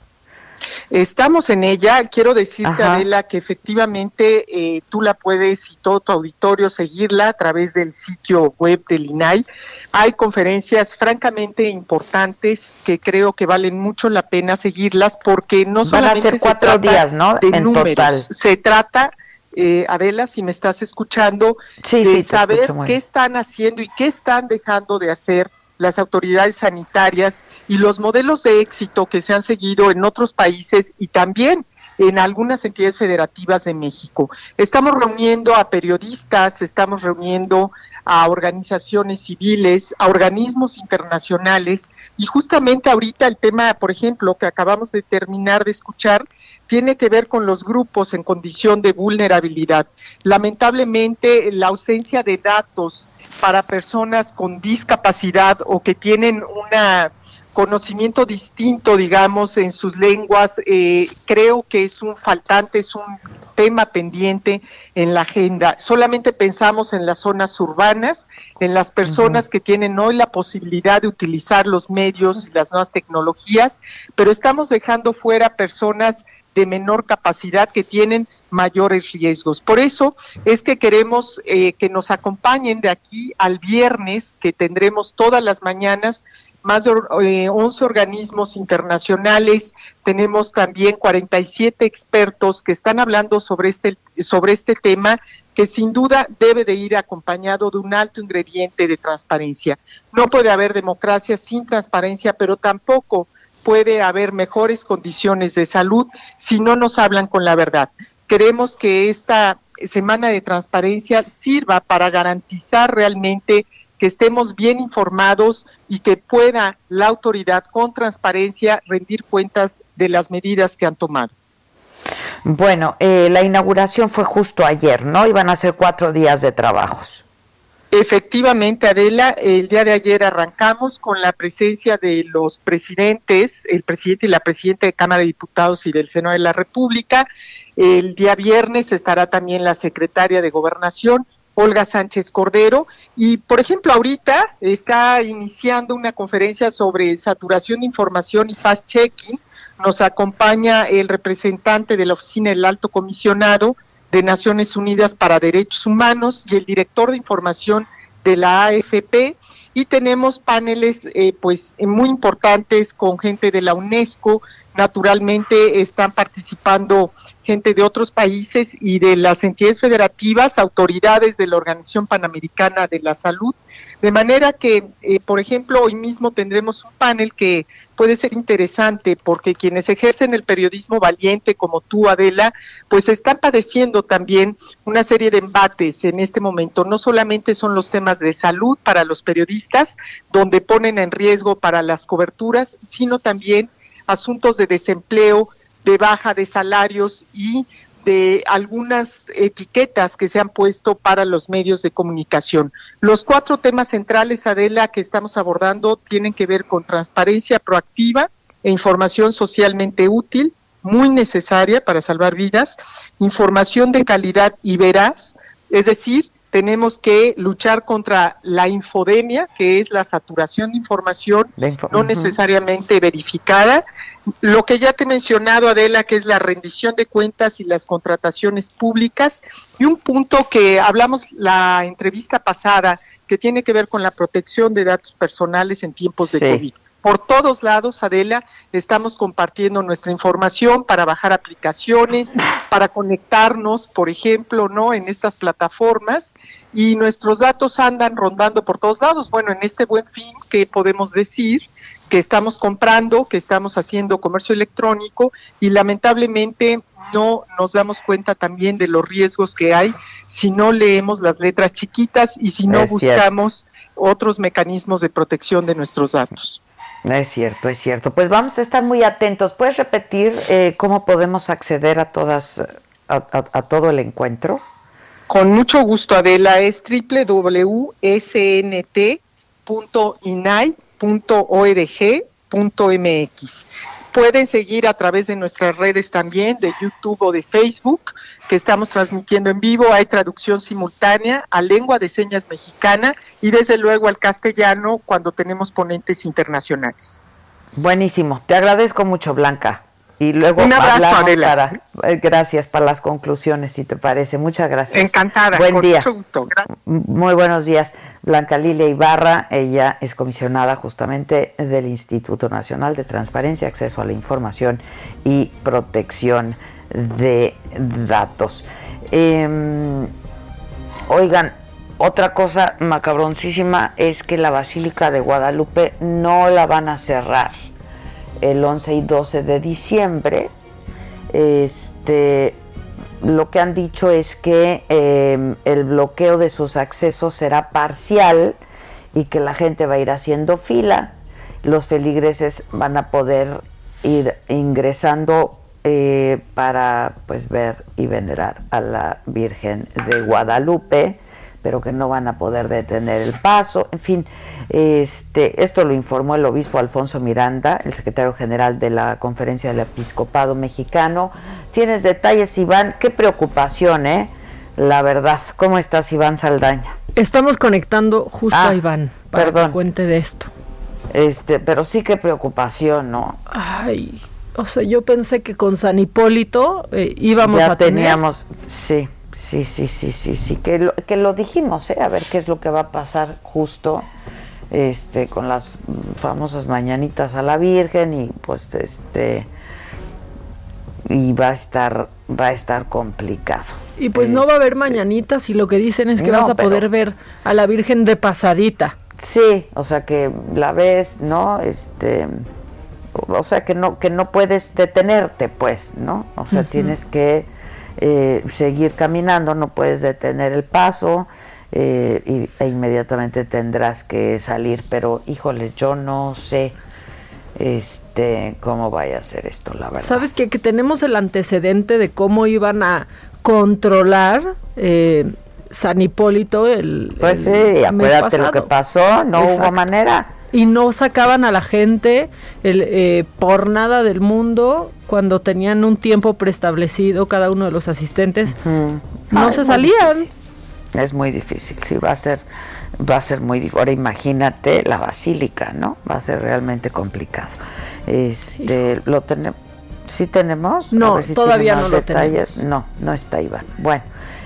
Estamos en ella. Quiero decirte, Ajá. Adela, que efectivamente eh, tú la puedes y todo tu auditorio seguirla a través del sitio web del I N A I. Hay conferencias francamente importantes que creo que valen mucho la pena seguirlas, porque no solamente van a ser cuatro se trata días, ¿no?, de en números, total. Se trata, eh, Adela, si me estás escuchando, sí, de sí, saber qué están haciendo y qué están dejando de hacer las autoridades sanitarias y los modelos de éxito que se han seguido en otros países y también en algunas entidades federativas de México. Estamos reuniendo a periodistas, estamos reuniendo a organizaciones civiles, a organismos internacionales, y justamente ahorita el tema, por ejemplo, que acabamos de terminar de escuchar, tiene que ver con los grupos en condición de vulnerabilidad. Lamentablemente, la ausencia de datos para personas con discapacidad o que tienen un conocimiento distinto, digamos, en sus lenguas, eh, creo que es un faltante, es un tema pendiente en la agenda. Solamente pensamos en las zonas urbanas, en las personas uh-huh. que tienen hoy la posibilidad de utilizar los medios y las nuevas tecnologías, pero estamos dejando fuera personas de menor capacidad que tienen mayores riesgos. Por eso es que queremos eh, que nos acompañen de aquí al viernes, que tendremos todas las mañanas más de eh, once organismos internacionales. Tenemos también cuarenta y siete expertos que están hablando sobre este, sobre este tema, que sin duda debe de ir acompañado de un alto ingrediente de transparencia. No puede haber democracia sin transparencia, pero tampoco puede haber mejores condiciones de salud si no nos hablan con la verdad. Queremos que esta semana de transparencia sirva para garantizar realmente que estemos bien informados y que pueda la autoridad con transparencia rendir cuentas de las medidas que han tomado. Bueno, eh, la inauguración fue justo ayer, ¿no? Iban a ser cuatro días de trabajos. Efectivamente, Adela, el día de ayer arrancamos con la presencia de los presidentes, el presidente y la presidenta de Cámara de Diputados y del Senado de la República. El día viernes estará también la secretaria de Gobernación, Olga Sánchez Cordero, y por ejemplo ahorita está iniciando una conferencia sobre saturación de información y fast-checking. Nos acompaña el representante de la Oficina del Alto Comisionado de Naciones Unidas para Derechos Humanos y el director de información de la A F P, y tenemos paneles eh, pues muy importantes con gente de la UNESCO. Naturalmente están participando gente de otros países y de las entidades federativas, autoridades de la Organización Panamericana de la Salud, de manera que, eh, por ejemplo, hoy mismo tendremos un panel que puede ser interesante porque quienes ejercen el periodismo valiente como tú, Adela, pues están padeciendo también una serie de embates en este momento. No solamente son los temas de salud para los periodistas, donde ponen en riesgo para las coberturas, sino también asuntos de desempleo, de baja de salarios y de algunas etiquetas que se han puesto para los medios de comunicación. Los cuatro temas centrales, Adela, que estamos abordando tienen que ver con transparencia proactiva e información socialmente útil, muy necesaria para salvar vidas, información de calidad y veraz, es decir, tenemos que luchar contra la infodemia, que es la saturación de información info- no necesariamente verificada. Lo que ya te he mencionado, Adela, que es la rendición de cuentas y las contrataciones públicas. Y un punto que hablamos la entrevista pasada, que tiene que ver con la protección de datos personales en tiempos de sí. COVID. Por todos lados, Adela, estamos compartiendo nuestra información para bajar aplicaciones, para conectarnos, por ejemplo, ¿no?, en estas plataformas, y nuestros datos andan rondando por todos lados. Bueno, en este Buen Fin, ¿qué podemos decir? Que estamos comprando, que estamos haciendo comercio electrónico, y lamentablemente no nos damos cuenta también de los riesgos que hay si no leemos las letras chiquitas y si no es buscamos cierto. otros mecanismos de protección de nuestros datos. Es cierto, es cierto. Pues vamos a estar muy atentos. ¿Puedes repetir eh, cómo podemos acceder a todas, a, a, a todo el encuentro? Con mucho gusto, Adela. Es doble u doble u doble u punto s n t punto i n a i punto org punto m x. Pueden seguir a través de nuestras redes también, de YouTube o de Facebook, que estamos transmitiendo en vivo. Hay traducción simultánea a lengua de señas mexicana y desde luego al castellano cuando tenemos ponentes internacionales. Buenísimo, te agradezco mucho, Blanca. Y luego un abrazo, Adela. Para, gracias para las conclusiones, si te parece. Muchas gracias. Encantada, Buen con día. mucho gusto. Gracias. Muy buenos días. Blanca Lilia Ibarra, ella es comisionada justamente del Instituto Nacional de Transparencia, Acceso a la Información y Protección de Datos. Eh, oigan, otra cosa macabroncísima es que la Basílica de Guadalupe no la van a cerrar el once y doce de diciembre. Este, lo que han dicho es que eh, el bloqueo de sus accesos será parcial y que la gente va a ir haciendo fila. Los feligreses van a poder ir ingresando eh, para pues ver y venerar a la Virgen de Guadalupe, pero que no van a poder detener el paso. En fin, este, esto lo informó el obispo Alfonso Miranda, el secretario general de la Conferencia del Episcopado Mexicano. Tienes detalles, Iván. Qué preocupación, ¿eh? La verdad. ¿Cómo estás, Iván Saldaña? Estamos conectando justo ah, a Iván para perdón. que cuente de esto. Este, pero sí qué preocupación, ¿no? Ay, o sea, yo pensé que con San Hipólito eh, íbamos ya a tener... teníamos, sí. Sí, sí, sí, sí, sí, que lo, que lo dijimos, ¿eh? A ver qué es lo que va a pasar justo este con las famosas mañanitas a la Virgen y pues este y va a estar va a estar complicado. Y pues este, no va a haber mañanitas y lo que dicen es que no, vas a pero, poder ver a la Virgen de pasadita. Sí, o sea que la ves, ¿no? Este, o sea que no que no puedes detenerte, pues, ¿no? O sea, uh-huh. tienes que Eh, seguir caminando, no puedes detener el paso eh, y, e inmediatamente tendrás que salir, pero híjoles, yo no sé este cómo vaya a ser esto, la verdad. ¿Sabes qué? Que tenemos el antecedente de cómo iban a controlar eh, San Hipólito el Pues el sí, mes acuérdate pasado. lo que pasó, no Exacto. hubo manera. Y no sacaban a la gente el, eh, por nada del mundo cuando tenían un tiempo preestablecido cada uno de los asistentes. Uh-huh. No Ah, se es salían. muy difícil. Es muy difícil, sí, va a ser, va a ser muy difícil. Ahora imagínate la basílica, ¿no? Va a ser realmente complicado. Este, lo tenemos, ¿sí tenemos? No, A ver si todavía tiene más no lo detalles. tenemos. No, no está Iván. Bueno,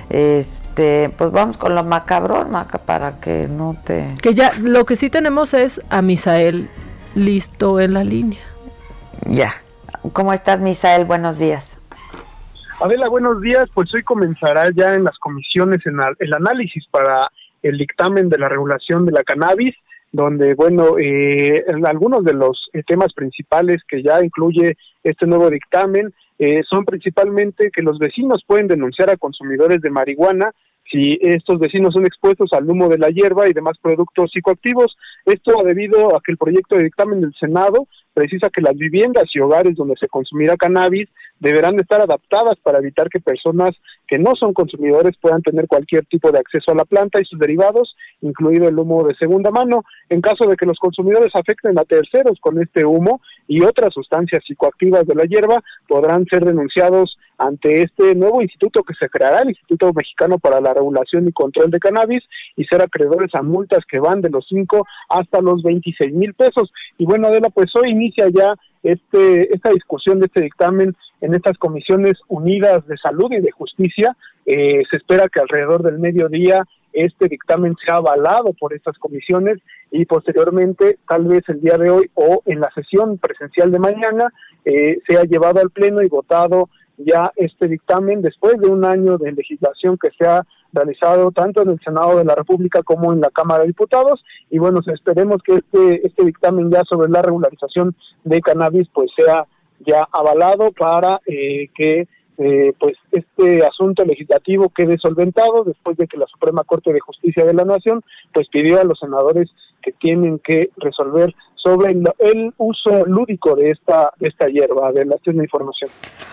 este, pues vamos con lo macabrón, Maca, para que no te... Que ya, lo que sí tenemos es a Misael listo en la línea. Ya. ¿Cómo estás, Misael? Buenos días. Adela, buenos días. Pues hoy comenzará ya en las comisiones en la, el análisis para el dictamen de la regulación de la cannabis, donde, bueno, eh, algunos de los eh, temas principales que ya incluye este nuevo dictamen eh, son principalmente que los vecinos pueden denunciar a consumidores de marihuana si estos vecinos son expuestos al humo de la hierba y demás productos psicoactivos. Esto debido a que el proyecto de dictamen del Senado precisa que las viviendas y hogares donde se consumirá cannabis deberán estar adaptadas para evitar que personas que no son consumidores puedan tener cualquier tipo de acceso a la planta y sus derivados, incluido el humo de segunda mano. En caso de que los consumidores afecten a terceros con este humo y otras sustancias psicoactivas de la hierba, podrán ser denunciados ante este nuevo instituto que se creará, el Instituto Mexicano para la Regulación y Control de Cannabis, y ser acreedores a multas que van de los cinco hasta los veintiséis mil pesos. Y bueno, Adela, pues hoy inicia ya este esta discusión de este dictamen en estas comisiones unidas de salud y de justicia. Eh, se espera que alrededor del mediodía este dictamen sea avalado por estas comisiones y posteriormente, tal vez el día de hoy o en la sesión presencial de mañana, eh, sea llevado al pleno y votado ya este dictamen después de un año de legislación que se ha realizado tanto en el Senado de la República como en la Cámara de Diputados. Y bueno, esperemos que este este dictamen ya sobre la regularización de cannabis pues sea ya avalado para eh, que eh, pues este asunto legislativo quede solventado después de que la Suprema Corte de Justicia de la Nación pues pidió a los senadores que tienen que resolver sobre el, el uso lúdico de esta de esta hierba. De la misma información.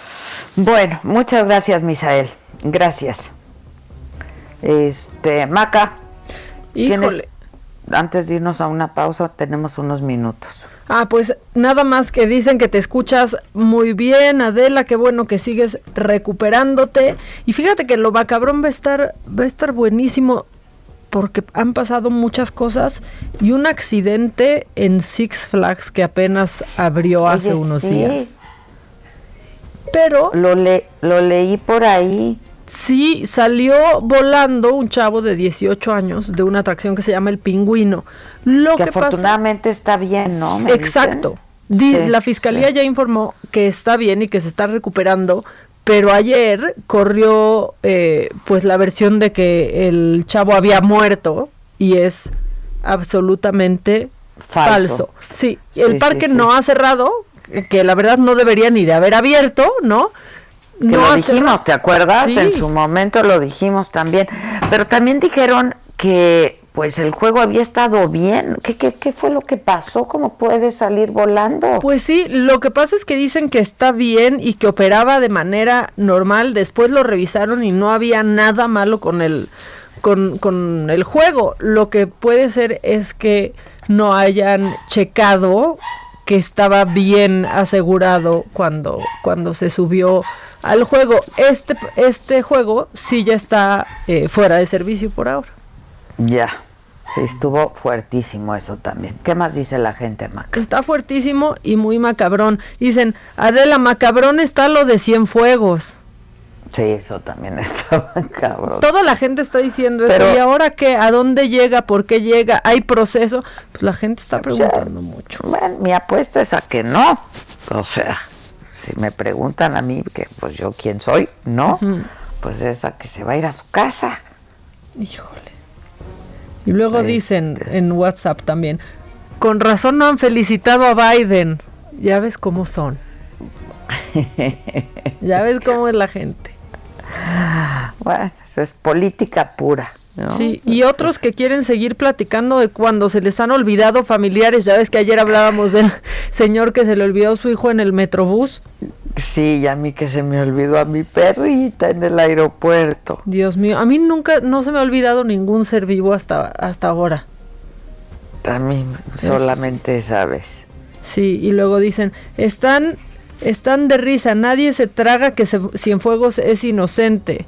Bueno, muchas gracias, Misael. Gracias. Este, Maca. Híjole. Antes de irnos a una pausa, tenemos unos minutos. Ah, pues nada más que dicen que te escuchas muy bien, Adela, qué bueno que sigues recuperándote. Y fíjate que lo macabrón va a estar, va a estar buenísimo porque han pasado muchas cosas y un accidente en Six Flags que apenas abrió hace Oye, unos sí. días. Pero lo le, lo leí por ahí. Sí, salió volando un chavo de dieciocho años de una atracción que se llama El Pingüino. Lo que, que afortunadamente pasa... está bien, ¿no? ¿Me Exacto. Di, sí, la fiscalía sí. ya informó que está bien y que se está recuperando, pero ayer corrió eh, pues la versión de que el chavo había muerto y es absolutamente falso. falso. Sí, el sí, parque sí, no sí. ha cerrado, que la verdad no debería ni de haber abierto, ¿no? Que no lo dijimos, ¿te acuerdas? Sí. En su momento lo dijimos también, pero también dijeron que pues el juego había estado bien. ¿Qué, qué, qué fue lo que pasó? ¿Cómo puede salir volando? Pues sí, lo que pasa es que dicen que está bien y que operaba de manera normal. Después lo revisaron y no había nada malo con el, con, con el juego. Lo que puede ser es que no hayan checado que estaba bien asegurado cuando, cuando se subió al juego. Este, este juego sí ya está eh, fuera de servicio por ahora. Ya, sí, estuvo fuertísimo eso también. ¿Qué más dice la gente, Maca? Está fuertísimo y muy macabrón. Dicen, Adela, macabrón está lo de Cienfuegos. Sí, eso también está macabrón. Toda la gente está diciendo eso. Pero, ¿y ahora qué? ¿A dónde llega? ¿Por qué llega? ¿Hay proceso? Pues la gente está preguntando o sea, mucho. Bueno, mi apuesta es a que no. O sea, si me preguntan a mí, que pues yo quién soy, ¿no? Uh-huh. Pues es a que se va a ir a su casa. Híjole. Y luego este. dicen en WhatsApp también, con razón no han felicitado a Biden. Ya ves cómo son. Ya ves cómo es la gente. Bueno, eso es política pura, ¿no? Sí, y otros que quieren seguir platicando de cuando se les han olvidado familiares. Ya ves que ayer hablábamos del señor que se le olvidó su hijo en el Metrobús. Sí, y a mí que se me olvidó a mi perrita en el aeropuerto. Dios mío, a mí nunca, no se me ha olvidado ningún ser vivo hasta, hasta ahora. A mí solamente esa vez. Sí, y luego dicen, están, están de risa, nadie se traga que se, Cienfuegos es inocente.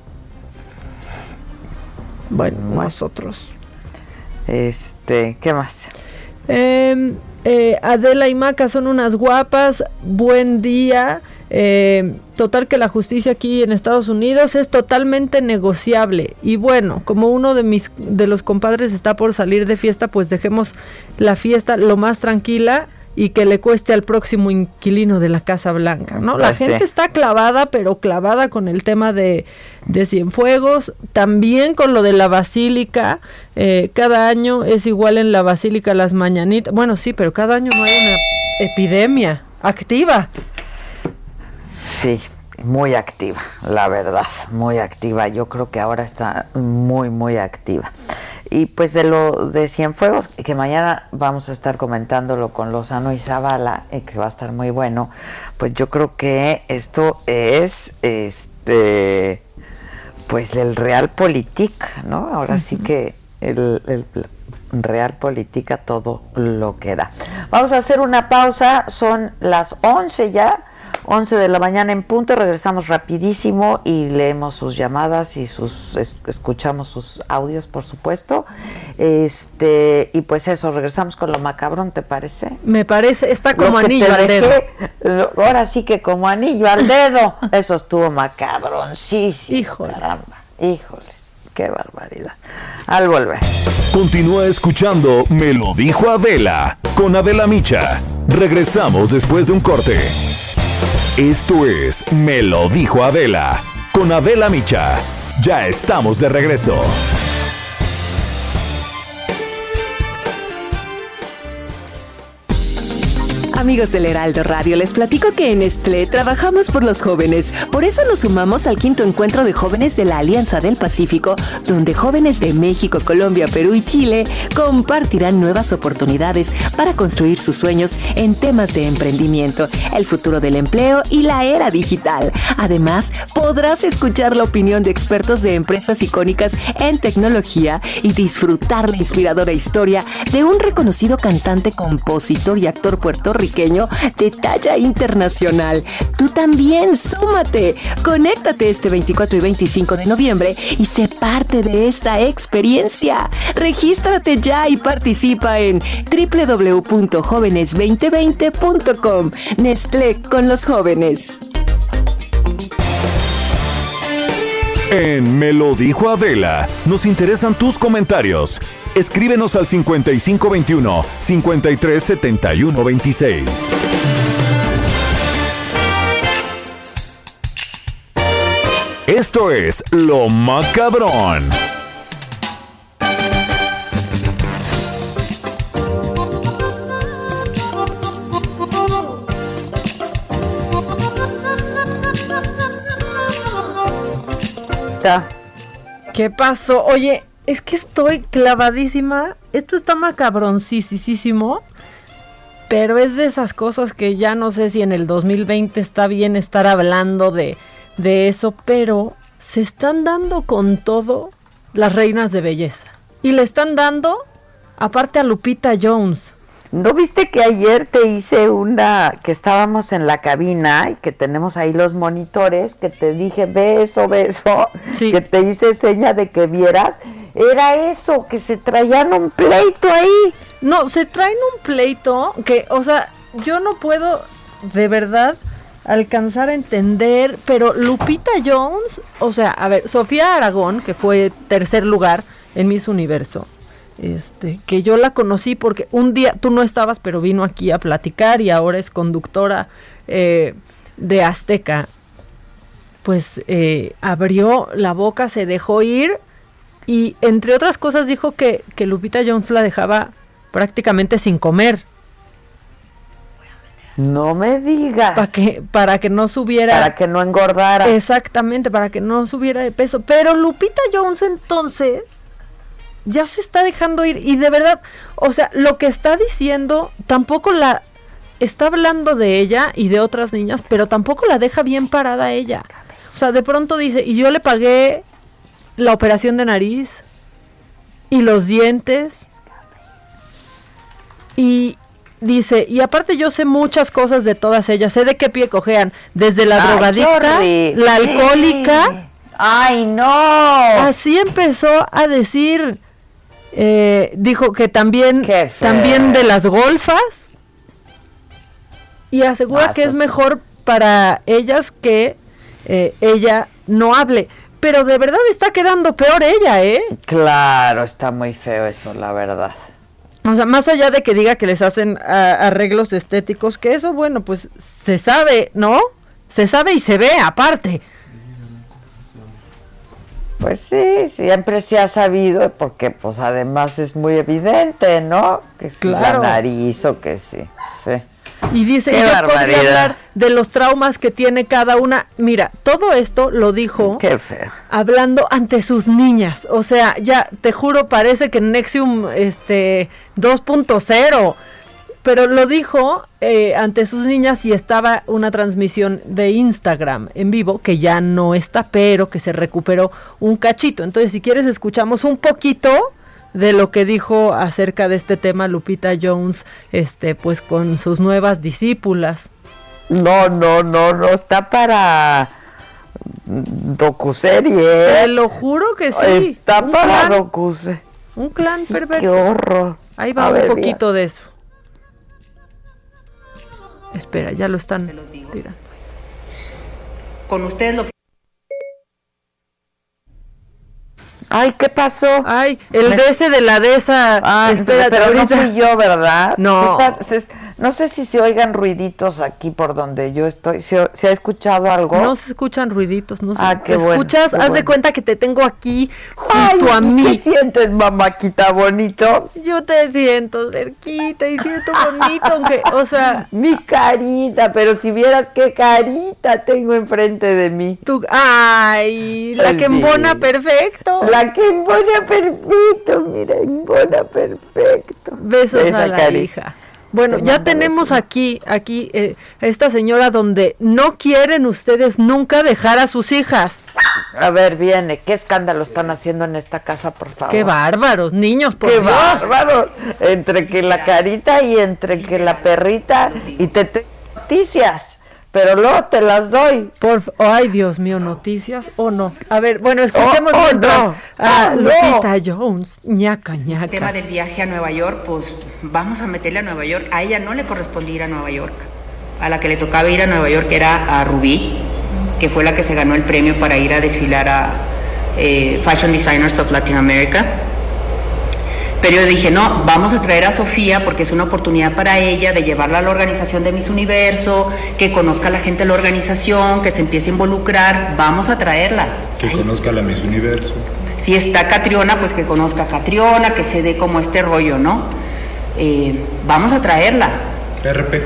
Bueno, bueno, nosotros. Este, ¿qué más? Eh, eh, Adela y Maca son unas guapas, buen día. Eh, total que la justicia aquí en Estados Unidos es totalmente negociable. Y bueno, como uno de mis de los compadres está por salir de fiesta, pues dejemos la fiesta lo más tranquila y que le cueste al próximo inquilino de la Casa Blanca, ¿no? La gente sí está clavada, pero clavada con el tema de, de Cienfuegos, también con lo de la Basílica. Eh, cada año es igual en la Basílica las mañanitas. Bueno, sí, pero cada año no hay una epidemia activa. Sí, muy activa, la verdad, muy activa. Yo creo que ahora está muy, muy activa. Y pues de lo de Cienfuegos, que mañana vamos a estar comentándolo con Lozano y Zavala, eh, que va a estar muy bueno, pues yo creo que esto es, este, pues el Realpolitik, ¿no? Ahora uh-huh. sí que el, el Realpolitik a todo lo que da. Vamos a hacer una pausa, son las once ya. once de la mañana en punto, regresamos rapidísimo y leemos sus llamadas y sus es, escuchamos sus audios, por supuesto. Este, y pues eso, regresamos con lo macabrón, ¿te parece? Me parece, está como anillo al dedo. Lo, ahora sí que como anillo al dedo. Eso estuvo macabrón, sí, sí. Híjole. Caramba, híjoles, qué barbaridad. Al volver. Continúa escuchando Me lo dijo Adela con Adela Micha. Regresamos después de un corte. Esto es Me lo dijo Adela, con Adela Micha. Ya estamos de regreso. Amigos del Heraldo Radio, les platico que en Nestlé trabajamos por los jóvenes. Por eso nos sumamos al quinto encuentro de jóvenes de la Alianza del Pacífico, donde jóvenes de México, Colombia, Perú y Chile compartirán nuevas oportunidades para construir sus sueños en temas de emprendimiento, el futuro del empleo y la era digital. Además, podrás escuchar la opinión de expertos de empresas icónicas en tecnología y disfrutar la inspiradora historia de un reconocido cantante, compositor y actor puertorriqueño de talla internacional. Tú también, súmate. Conéctate este veinticuatro y veinticinco de noviembre y sé parte de esta experiencia. Regístrate ya y participa en doble u doble u doble u punto jóvenes veinte veinte punto com. Nestlé, con los jóvenes. En Me lo dijo Adela, nos interesan tus comentarios. Escríbenos al cincuenta y cinco veintiuno, cincuenta y tres setenta y uno veintiséis. Esto es Lo Macabrón. ¿Qué pasó? Oye, es que estoy clavadísima. Esto está macabroncísimo, pero es de esas cosas que ya no sé si en el dos mil veinte está bien estar hablando de, de eso, pero se están dando con todo las reinas de belleza. Y le están dando, aparte, a Lupita Jones. ¿No viste que ayer te hice una, que estábamos en la cabina y que tenemos ahí los monitores, que te dije beso, beso, sí, que te hice seña de que vieras? Era eso, que se traían un pleito ahí. No, se traen un pleito que, o sea, yo no puedo de verdad alcanzar a entender, pero Lupita Jones, o sea, a ver, Sofía Aragón, que fue tercer lugar en Miss Universo, Este, que yo la conocí porque un día, tú no estabas, pero vino aquí a platicar y ahora es conductora eh, de Azteca. Pues eh, abrió la boca, se dejó ir y entre otras cosas dijo que, que Lupita Jones la dejaba prácticamente sin comer. No me digas. Para que, para que no subiera. Para que no engordara. Exactamente, para que no subiera de peso. Pero Lupita Jones entonces ya se está dejando ir y de verdad, o sea, lo que está diciendo tampoco la está hablando de ella y de otras niñas, pero tampoco la deja bien parada a ella. O sea, de pronto dice, y yo le pagué la operación de nariz y los dientes. Y dice, y aparte yo sé muchas cosas de todas ellas, sé de qué pie cojean, desde la Ay, drogadicta, la alcohólica. Sí. ¡Ay, no! Así empezó a decir, eh, dijo que también, también de las golfas, y asegura Más que es mejor para ellas que eh, ella no hable. Pero de verdad está quedando peor ella, ¿eh? Claro, está muy feo eso, la verdad. O sea, más allá de que diga que les hacen a, arreglos estéticos, que eso, bueno, pues se sabe, ¿no? Se sabe y se ve aparte. Pues sí, siempre se ha sabido, porque pues además es muy evidente, ¿no? Que si Claro. la nariz o que sí, sí. Y dice, Qué yo podría barbaridad. hablar de los traumas que tiene cada una. Mira, todo esto lo dijo Qué feo. hablando ante sus niñas. O sea, ya te juro, parece que Nexium este dos punto cero. Pero lo dijo eh, ante sus niñas y estaba una transmisión de Instagram en vivo, que ya no está, pero que se recuperó un cachito. Entonces, si quieres, escuchamos un poquito de lo que dijo acerca de este tema Lupita Jones, este, pues con sus nuevas discípulas. No, no, no, no, está para docuserie. Te lo juro que sí. Está Un para clan, docuserie. un clan Sí, perverso. qué horror. Ahí va A un ver, poquito de eso. Espera, ya lo están tirando. Con ustedes lo que... Ay, ¿qué pasó? Ay, el Me- de ese de la de esa. Ah, espérate, pero no ahorita. fui yo, ¿verdad? No. Se está- se- no sé si se oigan ruiditos aquí por donde yo estoy. ¿Se, se ha escuchado algo? No se escuchan ruiditos, no se Ah, qué ¿te bueno, escuchas? qué Haz de bueno. cuenta que te tengo aquí Ay, junto a ¿qué mí. sientes, mamáquita bonito? Yo te siento cerquita y siento bonito, aunque, o sea, Mi carita, pero si vieras qué carita tengo enfrente de mí. tú, ay, la Ay, que sí. embona perfecto. La que embona perfecto, mira, embona perfecto. Besos Esa a la cari- hija. Bueno, Te ya mando tenemos besos. aquí, aquí, eh, esta señora donde no quieren ustedes nunca dejar a sus hijas. A ver, viene, ¿qué escándalo están haciendo en esta casa, por favor? Qué bárbaros, niños, por ¡Qué Dios. bárbaro! Entre que la carita y entre que la perrita y te tengo noticias, pero luego te las doy. Por, ay, Dios mío, noticias o no. A ver, bueno, escuchemos Oh, oh, mientras no. a Ah, no. Lupita Jones, ñaca, El tema ñaca. del viaje a Nueva York, pues vamos a meterle a Nueva York. A ella no le correspondía ir a Nueva York. A la que le tocaba ir a Nueva York era a Rubí, que fue la que se ganó el premio para ir a desfilar a eh, Fashion Designers of Latin America. Pero yo dije, no, vamos a traer a Sofía porque es una oportunidad para ella de llevarla a la organización de Miss Universo, que conozca a la gente de la organización, que se empiece a involucrar. Vamos a traerla. Que conozca a la Miss Universo. Si está Catriona, pues que conozca a Catriona, que se dé como este rollo, ¿no? Eh, vamos a traerla. R P.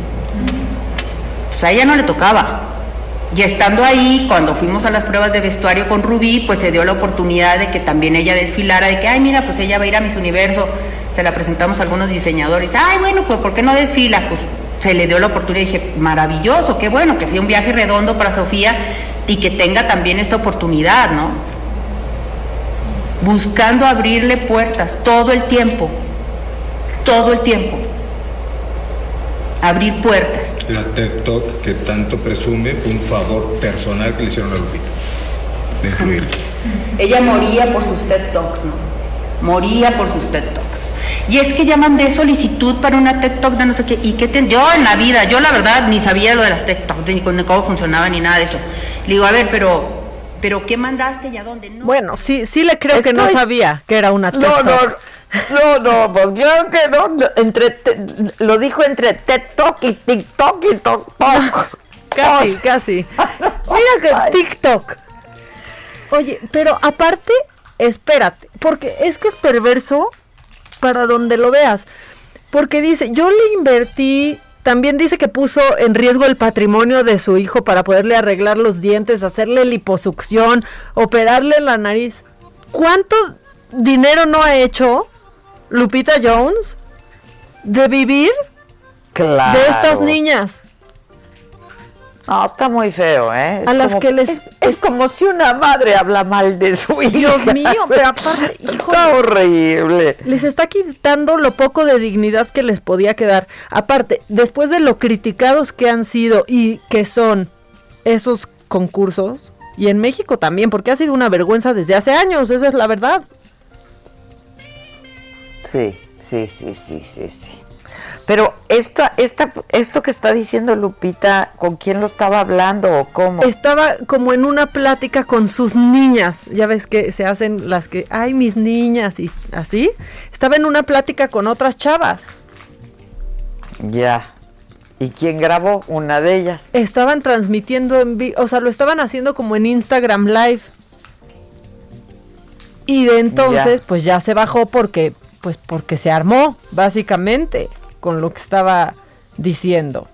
Pues a ella no le tocaba. Y estando ahí, cuando fuimos a las pruebas de vestuario con Rubí, pues se dio la oportunidad de que también ella desfilara, de que, ay, mira, pues ella va a ir a Miss Universo. Se la presentamos a algunos diseñadores. Ay, bueno, pues ¿por qué no desfila? Pues se le dio la oportunidad y dije, maravilloso, qué bueno, que sea un viaje redondo para Sofía y que tenga también esta oportunidad, ¿no? Buscando abrirle puertas todo el tiempo, todo el tiempo. Abrir puertas. La TED Talk que tanto presume fue un favor personal que le hicieron a Lupita. De incluirla. Ella moría por sus TED Talks, ¿no? Moría por sus TED Talks. Y es que ya mandé solicitud para una TED Talk de no sé qué, y qué ten... yo en la vida, yo la verdad ni sabía lo de las TED Talks, ni cómo funcionaba ni nada de eso. Le digo, a ver, pero, pero ¿qué mandaste y a dónde? No. Bueno, sí, sí le creo que no Estoy- sabía que era una TED No, no, Talk. no, no, pues claro que no, no, entre, te- lo dijo entre TikTok y TikTok y TikTok. Casi, casi. Mira que TikTok. Oye, pero aparte, espérate, porque es que es perverso para donde lo veas. Porque dice, yo le invertí, también dice que puso en riesgo el patrimonio de su hijo para poderle arreglar los dientes, hacerle liposucción, operarle la nariz. ¿Cuánto dinero no ha hecho Lupita Jones de vivir Claro. De estas niñas. No, está muy feo, ¿eh? Es a las como, que les... Es, es como si una madre habla mal de su hija. Dios mío, pero aparte, híjole, está horrible. Les está quitando lo poco de dignidad que les podía quedar. Aparte, después de lo criticados que han sido y que son esos concursos, y en México también, porque ha sido una vergüenza desde hace años, esa es la verdad. Sí, sí, sí, sí, sí, sí. Pero esta, esta, esto que está diciendo Lupita, ¿con quién lo estaba hablando o cómo? Estaba como en una plática con sus niñas, ya ves que se hacen las que, ay, mis niñas, y así. Estaba en una plática con otras chavas. Ya. ¿Y quién grabó? Una de ellas. Estaban transmitiendo en vivo, o sea, lo estaban haciendo como en Instagram Live. Y de entonces, ya. pues ya se bajó porque, pues porque se armó, básicamente, con lo que estaba diciendo.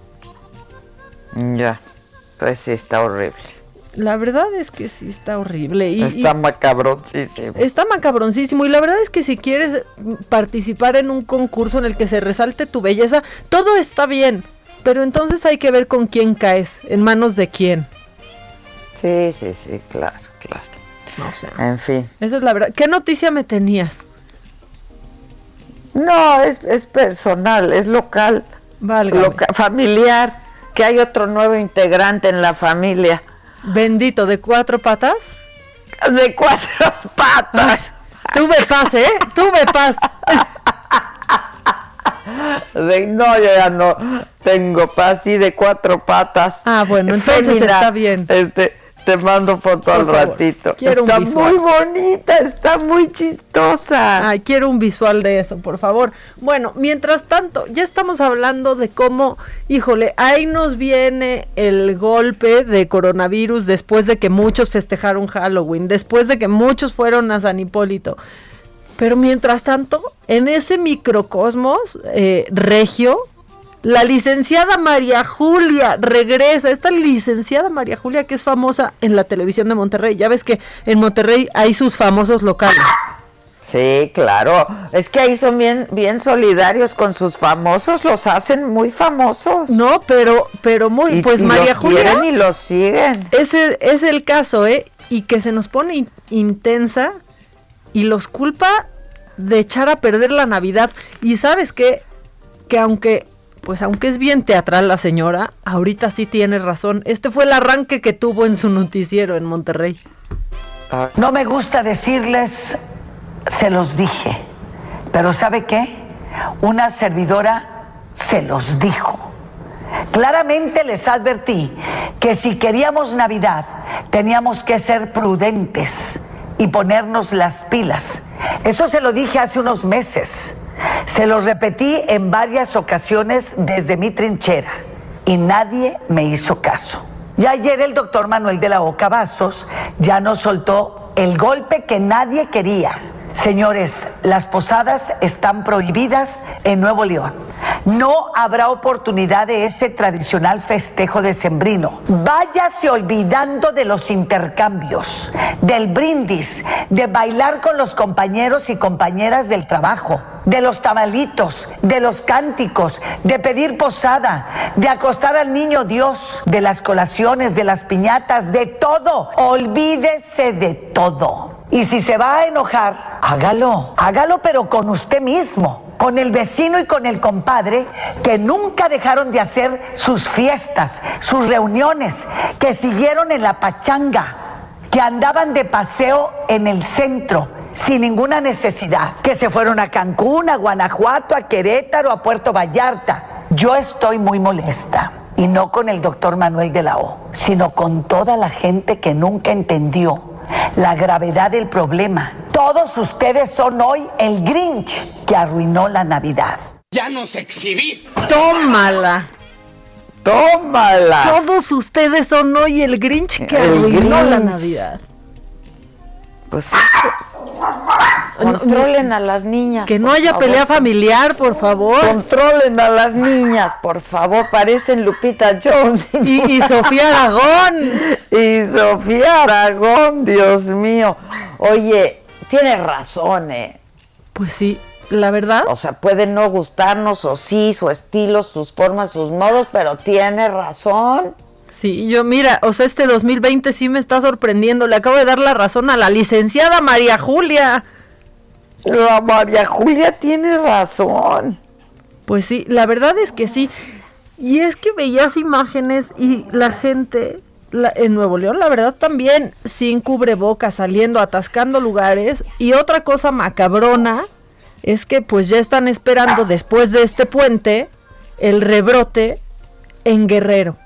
Ya, pues sí, está horrible. La verdad es que sí está horrible. Y, está y macabroncísimo. Está macabroncísimo. Y la verdad es que si quieres participar en un concurso en el que se resalte tu belleza, todo está bien. Pero entonces hay que ver con quién caes, en manos de quién. Sí, sí, sí, claro, claro. No sé. En fin. Esa es la verdad. ¿Qué noticia me tenías? No, es, es personal, es local, loca, familiar, que hay otro nuevo integrante en la familia. Bendito, ¿de cuatro patas? De cuatro patas. Ay, tuve paz, ¿eh? Tuve paz. De, no, yo ya no tengo paz, sí, de cuatro patas. Ah, bueno, entonces Femina, está bien. Este, te mando foto Por al favor, ratito. Quiero está un visual. Muy bonita, está muy chistosa. Ay, quiero un visual de eso, por favor. Bueno, mientras tanto, ya estamos hablando de cómo, híjole, ahí nos viene el golpe de coronavirus después de que muchos festejaron Halloween, después de que muchos fueron a San Hipólito. Pero mientras tanto, en ese microcosmos eh, regio, la licenciada María Julia regresa, esta licenciada María Julia que es famosa en la televisión de Monterrey, ya ves que en Monterrey hay sus famosos locales. Sí, claro, es que ahí son bien, bien solidarios con sus famosos, los hacen muy famosos. No, pero, pero muy, y, pues y María los Julia. Quieren y los siguen. Ese es el caso, ¿eh? Y que se nos pone in- intensa y los culpa de echar a perder la Navidad. Y ¿sabes qué? Que aunque... Pues aunque es bien teatral la señora, ahorita sí tiene razón. Este fue el arranque que tuvo en su noticiero en Monterrey. No me gusta decirles, se los dije, pero ¿sabe qué? Una servidora se los dijo. Claramente les advertí que si queríamos Navidad, teníamos que ser prudentes y ponernos las pilas. Eso se lo dije hace unos meses. Se los repetí en varias ocasiones desde mi trinchera y nadie me hizo caso. Y ayer el doctor Manuel de la O Cavazos ya nos soltó el golpe que nadie quería. Señores, las posadas están prohibidas en Nuevo León. No habrá oportunidad de ese tradicional festejo decembrino. Váyase olvidando de los intercambios, del brindis, de bailar con los compañeros y compañeras del trabajo, de los tamalitos, de los cánticos, de pedir posada, de acostar al niño Dios, de las colaciones, de las piñatas, de todo. Olvídese de todo. Y si se va a enojar, hágalo, hágalo pero con usted mismo, con el vecino y con el compadre que nunca dejaron de hacer sus fiestas, sus reuniones, que siguieron en la pachanga, que andaban de paseo en el centro sin ninguna necesidad, que se fueron a Cancún, a Guanajuato, a Querétaro, a Puerto Vallarta. Yo estoy muy molesta. Y no con el doctor Manuel de la O, sino con toda la gente que nunca entendió la gravedad del problema. Todos ustedes son hoy el Grinch que arruinó la Navidad. ¡Ya nos exhibís! ¡Tómala! ¡Tómala! Todos ustedes son hoy el Grinch que el arruinó Grinch. la Navidad. Pues controlen a las niñas. Que no haya favor. pelea familiar, por favor. Controlen a las niñas, por favor. Parecen Lupita Jones. Y, y Sofía Aragón. Y Sofía Aragón, Dios mío. Oye, tienes razón, ¿eh? Pues sí. La verdad. O sea, puede no gustarnos, o sí, su estilo, sus formas, sus modos, pero tiene razón. Sí, yo mira, o sea, este dos mil veinte sí me está sorprendiendo. Le acabo de dar la razón a la licenciada María Julia. La María Julia tiene razón. Pues sí, la verdad es que sí. Y es que veías imágenes y la gente la, en Nuevo León, la verdad también, sin cubrebocas, saliendo, atascando lugares. Y otra cosa macabrona es que pues ya están esperando después de este puente el rebrote en Guerrero.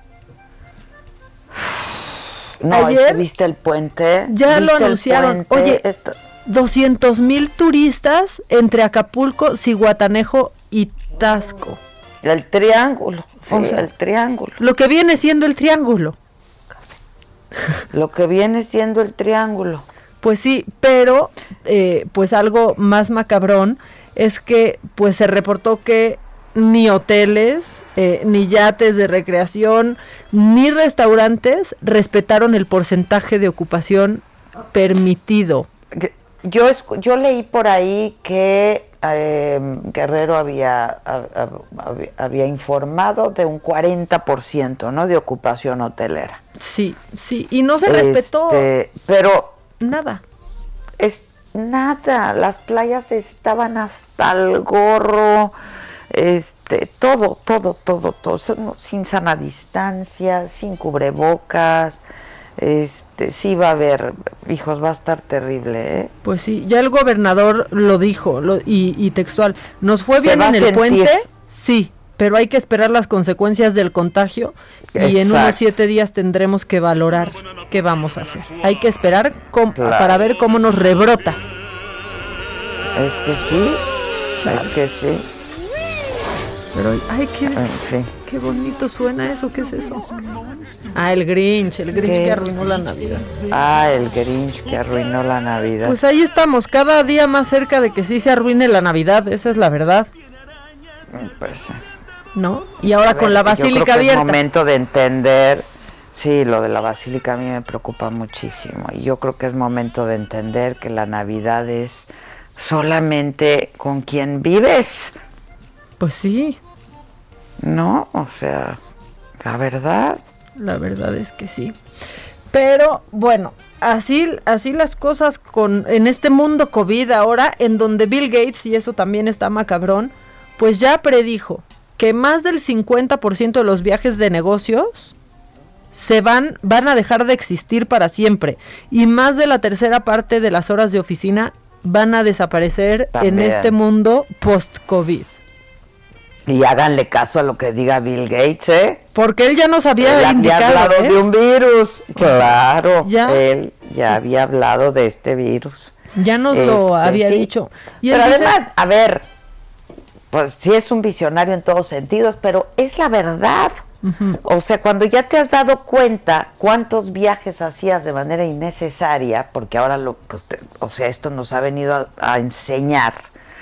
No, ayer ¿viste el puente? Ya lo anunciaron. Oye, Esto... doscientos mil turistas entre Acapulco, Zihuatanejo y Tasco. El triángulo, sí, o sea, el triángulo. Lo que viene siendo el triángulo. Lo que viene siendo el triángulo. Pues sí, pero eh, pues algo más macabrón es que pues se reportó que ni hoteles, eh, ni yates de recreación, ni restaurantes respetaron el porcentaje de ocupación permitido. Yo, yo leí por ahí que eh, Guerrero había, había, había informado de un cuarenta por ciento, ¿no?, de ocupación hotelera. Sí, sí, y no se respetó. Este, pero nada. Es nada, las playas estaban hasta el gorro. Este, todo, todo, todo, todo, sin sana distancia, sin cubrebocas, este, sí va a haber, hijos, va a estar terrible, ¿eh? Pues sí, ya el gobernador lo dijo, lo, y, y textual, ¿nos fue bien en el sentir. puente? Sí, pero hay que esperar las consecuencias del contagio. Exacto. Y en unos siete días tendremos que valorar qué vamos a hacer. Hay que esperar com- claro. para ver cómo nos rebrota. Es que sí, Chale. es que sí. Pero, ay, qué, sí. qué bonito suena eso, ¿qué es eso? Ah, el Grinch, el Grinch ¿Qué? que arruinó la Navidad. Ah, el Grinch que arruinó la Navidad. Pues ahí estamos, cada día más cerca de que sí se arruine la Navidad, esa es la verdad. Pues ¿no? Y ahora ver, con la basílica yo creo que abierta. Es momento de entender, sí, lo de la basílica a mí me preocupa muchísimo. Y yo creo que es momento de entender que la Navidad es solamente con quien vives. Pues sí. No, o sea, la verdad. La verdad es que sí. Pero bueno, así, así las cosas con en este mundo COVID ahora, en donde Bill Gates, y eso también está macabrón, pues ya predijo que más del cincuenta por ciento de los viajes de negocios se van, van a dejar de existir para siempre. Y más de la tercera parte de las horas de oficina van a desaparecer también en este mundo post-COVID. Y háganle caso a lo que diga Bill Gates, ¿eh? Porque él ya nos había él indicado, había hablado ¿eh? de un virus. Claro, ¿Ya? él ya había hablado de este virus. Ya nos este, lo había sí. dicho. Y pero además, dice... a ver, pues sí es un visionario en todos sentidos, pero es la verdad. Uh-huh. O sea, cuando ya te has dado cuenta cuántos viajes hacías de manera innecesaria, porque ahora lo, pues, te, o sea, esto nos ha venido a, a enseñar,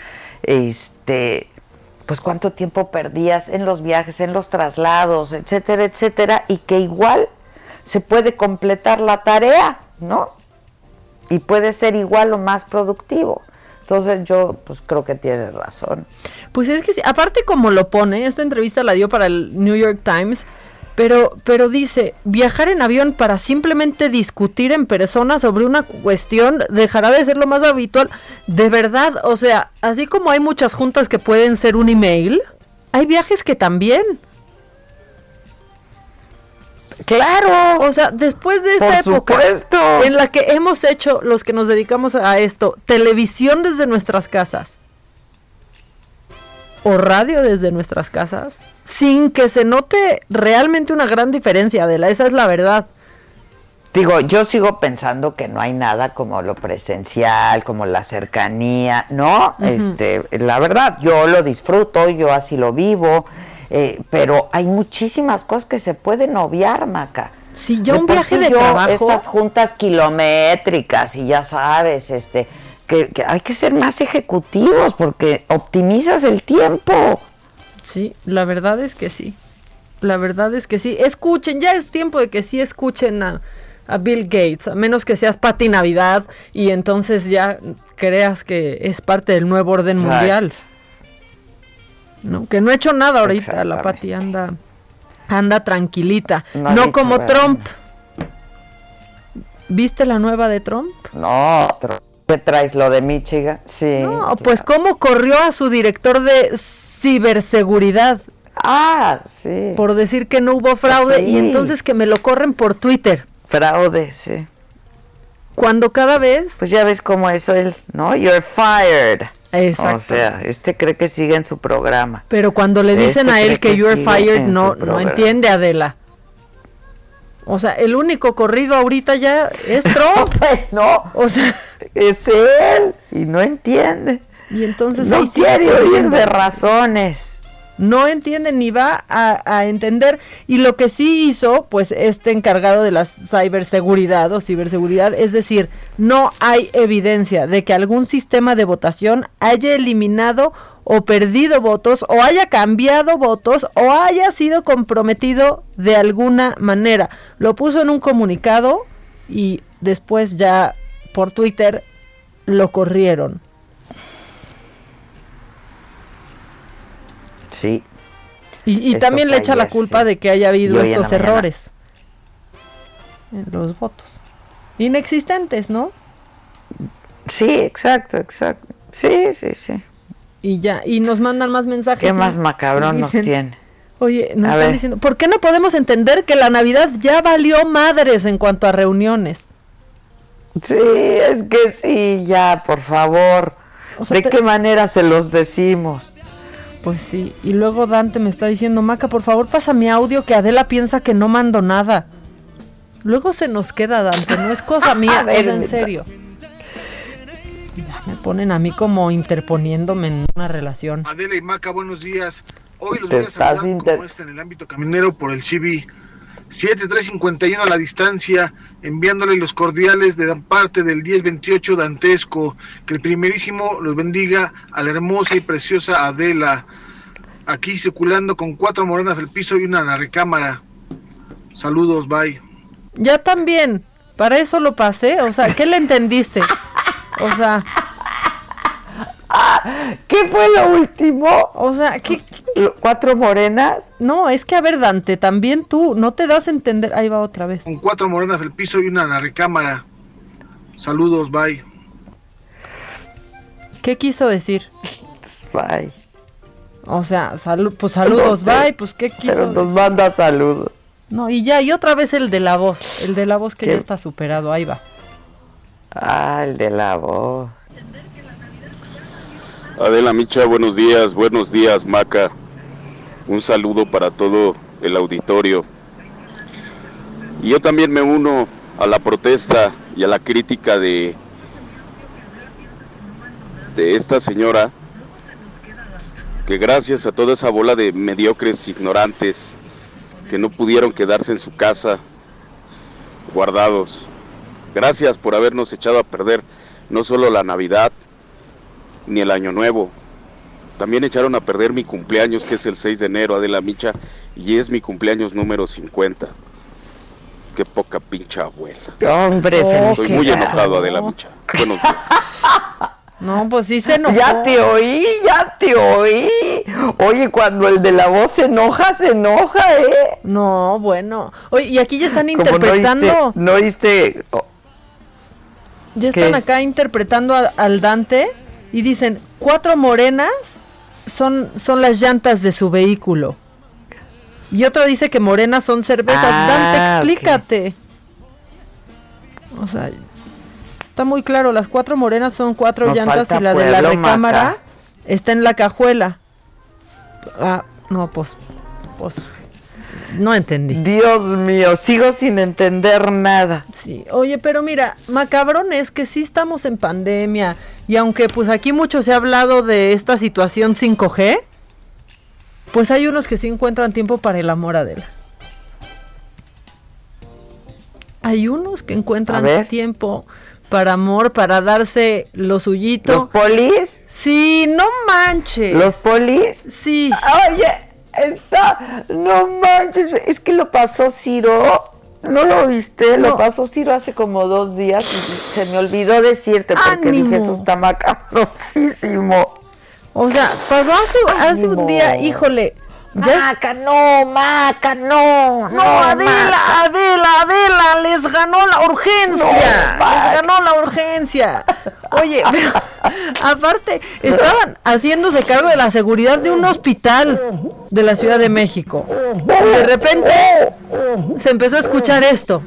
este... pues cuánto tiempo perdías en los viajes, en los traslados, etcétera, etcétera, y que igual se puede completar la tarea, ¿no? Y puede ser igual o más productivo. Entonces yo pues creo que tienes razón. Pues es que sí, aparte como lo pone, esta entrevista la dio para el New York Times, pero, pero dice, viajar en avión para simplemente discutir en persona sobre una cuestión dejará de ser lo más habitual. De verdad, o sea, así como hay muchas juntas que pueden ser un email, hay viajes que también. Claro. O sea, después de esta por época supuesto. en la que hemos hecho, los que nos dedicamos a esto, televisión desde nuestras casas o radio desde nuestras casas, sin que se note realmente una gran diferencia, Adela, esa es la verdad. Digo, yo sigo pensando que no hay nada como lo presencial, como la cercanía, ¿no? Uh-huh. Este, la verdad, yo lo disfruto, yo así lo vivo, eh, pero hay muchísimas cosas que se pueden obviar, Maca. Sí, ya un viaje de trabajo. Estas juntas kilométricas y ya sabes, este, que, que hay que ser más ejecutivos porque optimizas el tiempo. Sí, la verdad es que sí. La verdad es que sí. Escuchen, ya es tiempo de que sí escuchen a, a Bill Gates, a menos que seas Pati Navidad y entonces ya creas que es parte del nuevo orden Exacto. mundial. No, que no ha hecho nada ahorita, la Pati anda anda tranquilita, no, no como verdad. Trump. ¿Viste la nueva de Trump? No, ¿qué traes? ¿Lo de Michigan? Sí. No, claro. Pues cómo corrió a su director de ciberseguridad. Ah, sí. Por decir que no hubo fraude, sí. Y entonces que me lo corren por Twitter. Fraude, sí. Cuando cada vez... Pues ya ves cómo es él, ¿no? You're fired. Exacto. O sea, este cree que sigue en su programa. Pero cuando le dicen este a él que, que you're fired, no, no entiende, Adela. O sea, el único corrido ahorita ya es Trump. Pues no, o sea, es él y no entiende. Y entonces no ahí quiere oír de razones. No entiende ni va a, a entender. Y lo que sí hizo, pues, este encargado de la ciberseguridad o ciberseguridad, es decir, no hay evidencia de que algún sistema de votación haya eliminado o perdido votos, o haya cambiado votos, o haya sido comprometido de alguna manera. Lo puso en un comunicado y después ya por Twitter lo corrieron. Sí. Y, y también le echa ayer, la culpa sí. de que haya habido estos errores en los votos. Inexistentes, ¿no? Sí, exacto, exacto. Sí, sí, sí. Y ya, y nos mandan más mensajes. ¿Qué más macabrón nos tiene? Oye, nos a están ver. diciendo, ¿por qué no podemos entender que la Navidad ya valió madres en cuanto a reuniones? Sí, es que sí, ya, por favor. O sea, ¿de te... qué manera se los decimos? Pues sí, y luego Dante me está diciendo, Maca, por favor, pasa mi audio que Adela piensa que no mando nada. Luego se nos queda, Dante, no es cosa mía, es en serio. Ya me ponen a mí como interponiéndome en una relación. Adela y Maca, buenos días. Hoy los voy a saludar inter... como es en el ámbito caminero por el C B siete tres cincuenta y uno a la distancia, enviándole los cordiales de parte del diez veintiocho dantesco. Que el primerísimo los bendiga a la hermosa y preciosa Adela, aquí circulando con cuatro morenas del piso y una en la recámara. Saludos, bye. Ya también, para eso lo pasé, o sea, ¿qué le entendiste? O sea... ¿Qué fue lo último? O sea, ¿qué? ¿Cuatro morenas? No, es que a ver, Dante, también tú, no te das a entender. Ahí va otra vez. Con cuatro morenas del piso y una en la recámara. Saludos, bye. ¿Qué quiso decir? Bye. O sea, salu- pues saludos, no sé, bye, pues ¿qué quiso pero nos decir? Manda saludos. No, y ya, y otra vez el de la voz, el de la voz que ¿Qué? Ya está superado, ahí va. Ah, el de la voz. Adela Micha, buenos días, buenos días, Maca. Un saludo para todo el auditorio. Y yo también me uno a la protesta y a la crítica de, de esta señora, que gracias a toda esa bola de mediocres ignorantes que no pudieron quedarse en su casa guardados, gracias por habernos echado a perder no solo la Navidad, ni el Año Nuevo. También echaron a perder mi cumpleaños, que es el seis de enero, Adela Micha, y es mi cumpleaños número cincuenta. Qué poca pincha abuela. Hombre, oh, estoy muy enojado, Adela Micha. Buenos días. No, pues sí se enojó. Ya te oí, ya te oí. Oye, cuando el de la voz se enoja, se enoja, ¿eh? No, bueno. Oye, y aquí ya están interpretando. No oíste. No oíste... Oh. Ya están ¿Qué? Acá interpretando a, al Dante. Y dicen, cuatro morenas son, son las llantas de su vehículo. Y otro dice que morenas son cervezas. Ah, Dante, explícate. Okay. O sea, está muy claro, las cuatro morenas son cuatro Nos llantas y la de la recámara Maca. Está en la cajuela. Ah, no, pues, pues, no entendí. Dios mío, sigo sin entender nada. Sí, oye, pero mira, macabrón es que sí estamos en pandemia y aunque pues aquí mucho se ha hablado de esta situación cinco G, pues hay unos que sí encuentran tiempo para el amor, Adela. Hay unos que encuentran tiempo para amor, para darse lo suyito. ¿Los polis? Sí, no manches. ¿Los polis? Sí. Oye, está, no manches, es que lo pasó Ciro, ¿No lo viste? No. Lo pasó Ciro hace como dos días y se me olvidó decirte porque ¡Ánimo! dije, eso está macabrosísimo. O sea, pasó hace, hace un día, híjole. Ya Maca, no, Maca, no. No, no Adela, Maca. Adela, Adela, les ganó la urgencia. No, les ganó la urgencia. Oye, pero aparte, estaban haciéndose cargo de la seguridad de un hospital de la Ciudad de México. De repente se empezó a escuchar esto.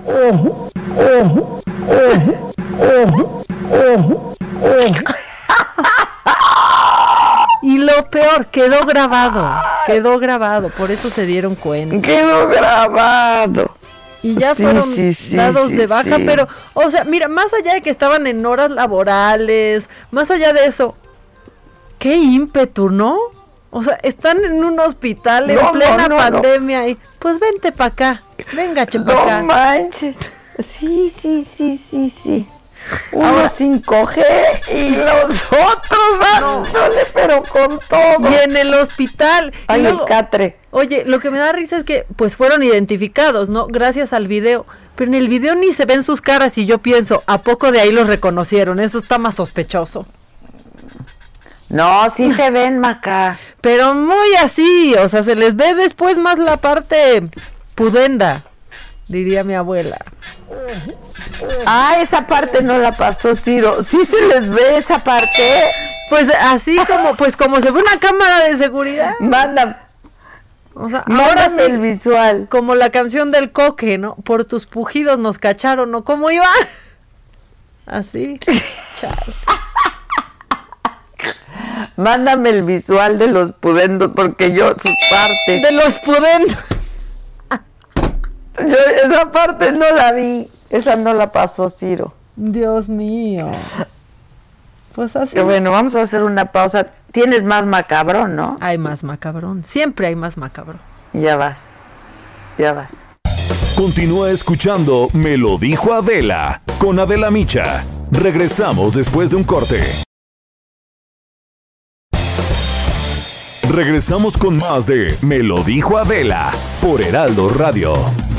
Y lo peor, quedó grabado, quedó grabado, por eso se dieron cuenta. Quedó grabado. Y ya sí, fueron sí, sí, dados sí, de baja, sí. Pero, o sea, mira, más allá de que estaban en horas laborales, más allá de eso, qué ímpetu, ¿no? O sea, están en un hospital no, en plena no, no, pandemia no. y pues vente para acá, venga, che para acá. No manches, sí, sí, sí, sí, sí. Uno Ahora, cinco G y los otros dándole, pero con todo. Y en el hospital. Ay, y luego, el catre. Oye, lo que me da risa es que pues fueron identificados, ¿no? Gracias al video. Pero en el video ni se ven sus caras y yo pienso, ¿a poco de ahí los reconocieron? Eso está más sospechoso. No, sí se ven, Maca. Pero muy así, o sea, se les ve después más la parte pudenda, diría mi abuela. Ah, esa parte no la pasó Ciro. ¿Sí se les ve esa parte? Pues así como, pues como se ve una cámara de seguridad. Manda. O sea, ahora sí, el visual. Como la canción del Coque, ¿no? Por tus pujidos nos cacharon, ¿no? ¿Cómo iba? Así. Chale. Mándame el visual de los pudendos, porque yo sus partes. De los pudendos. Yo esa parte no la vi, esa no la pasó Ciro. Dios mío. Pues así. Pero bueno, vamos a hacer una pausa. Tienes más macabrón, ¿no? Hay más macabrón, siempre hay más macabrón. Ya vas, ya vas. Continúa escuchando Me lo dijo Adela con Adela Micha. Regresamos después de un corte. Regresamos con más de Me lo dijo Adela por Heraldo Radio.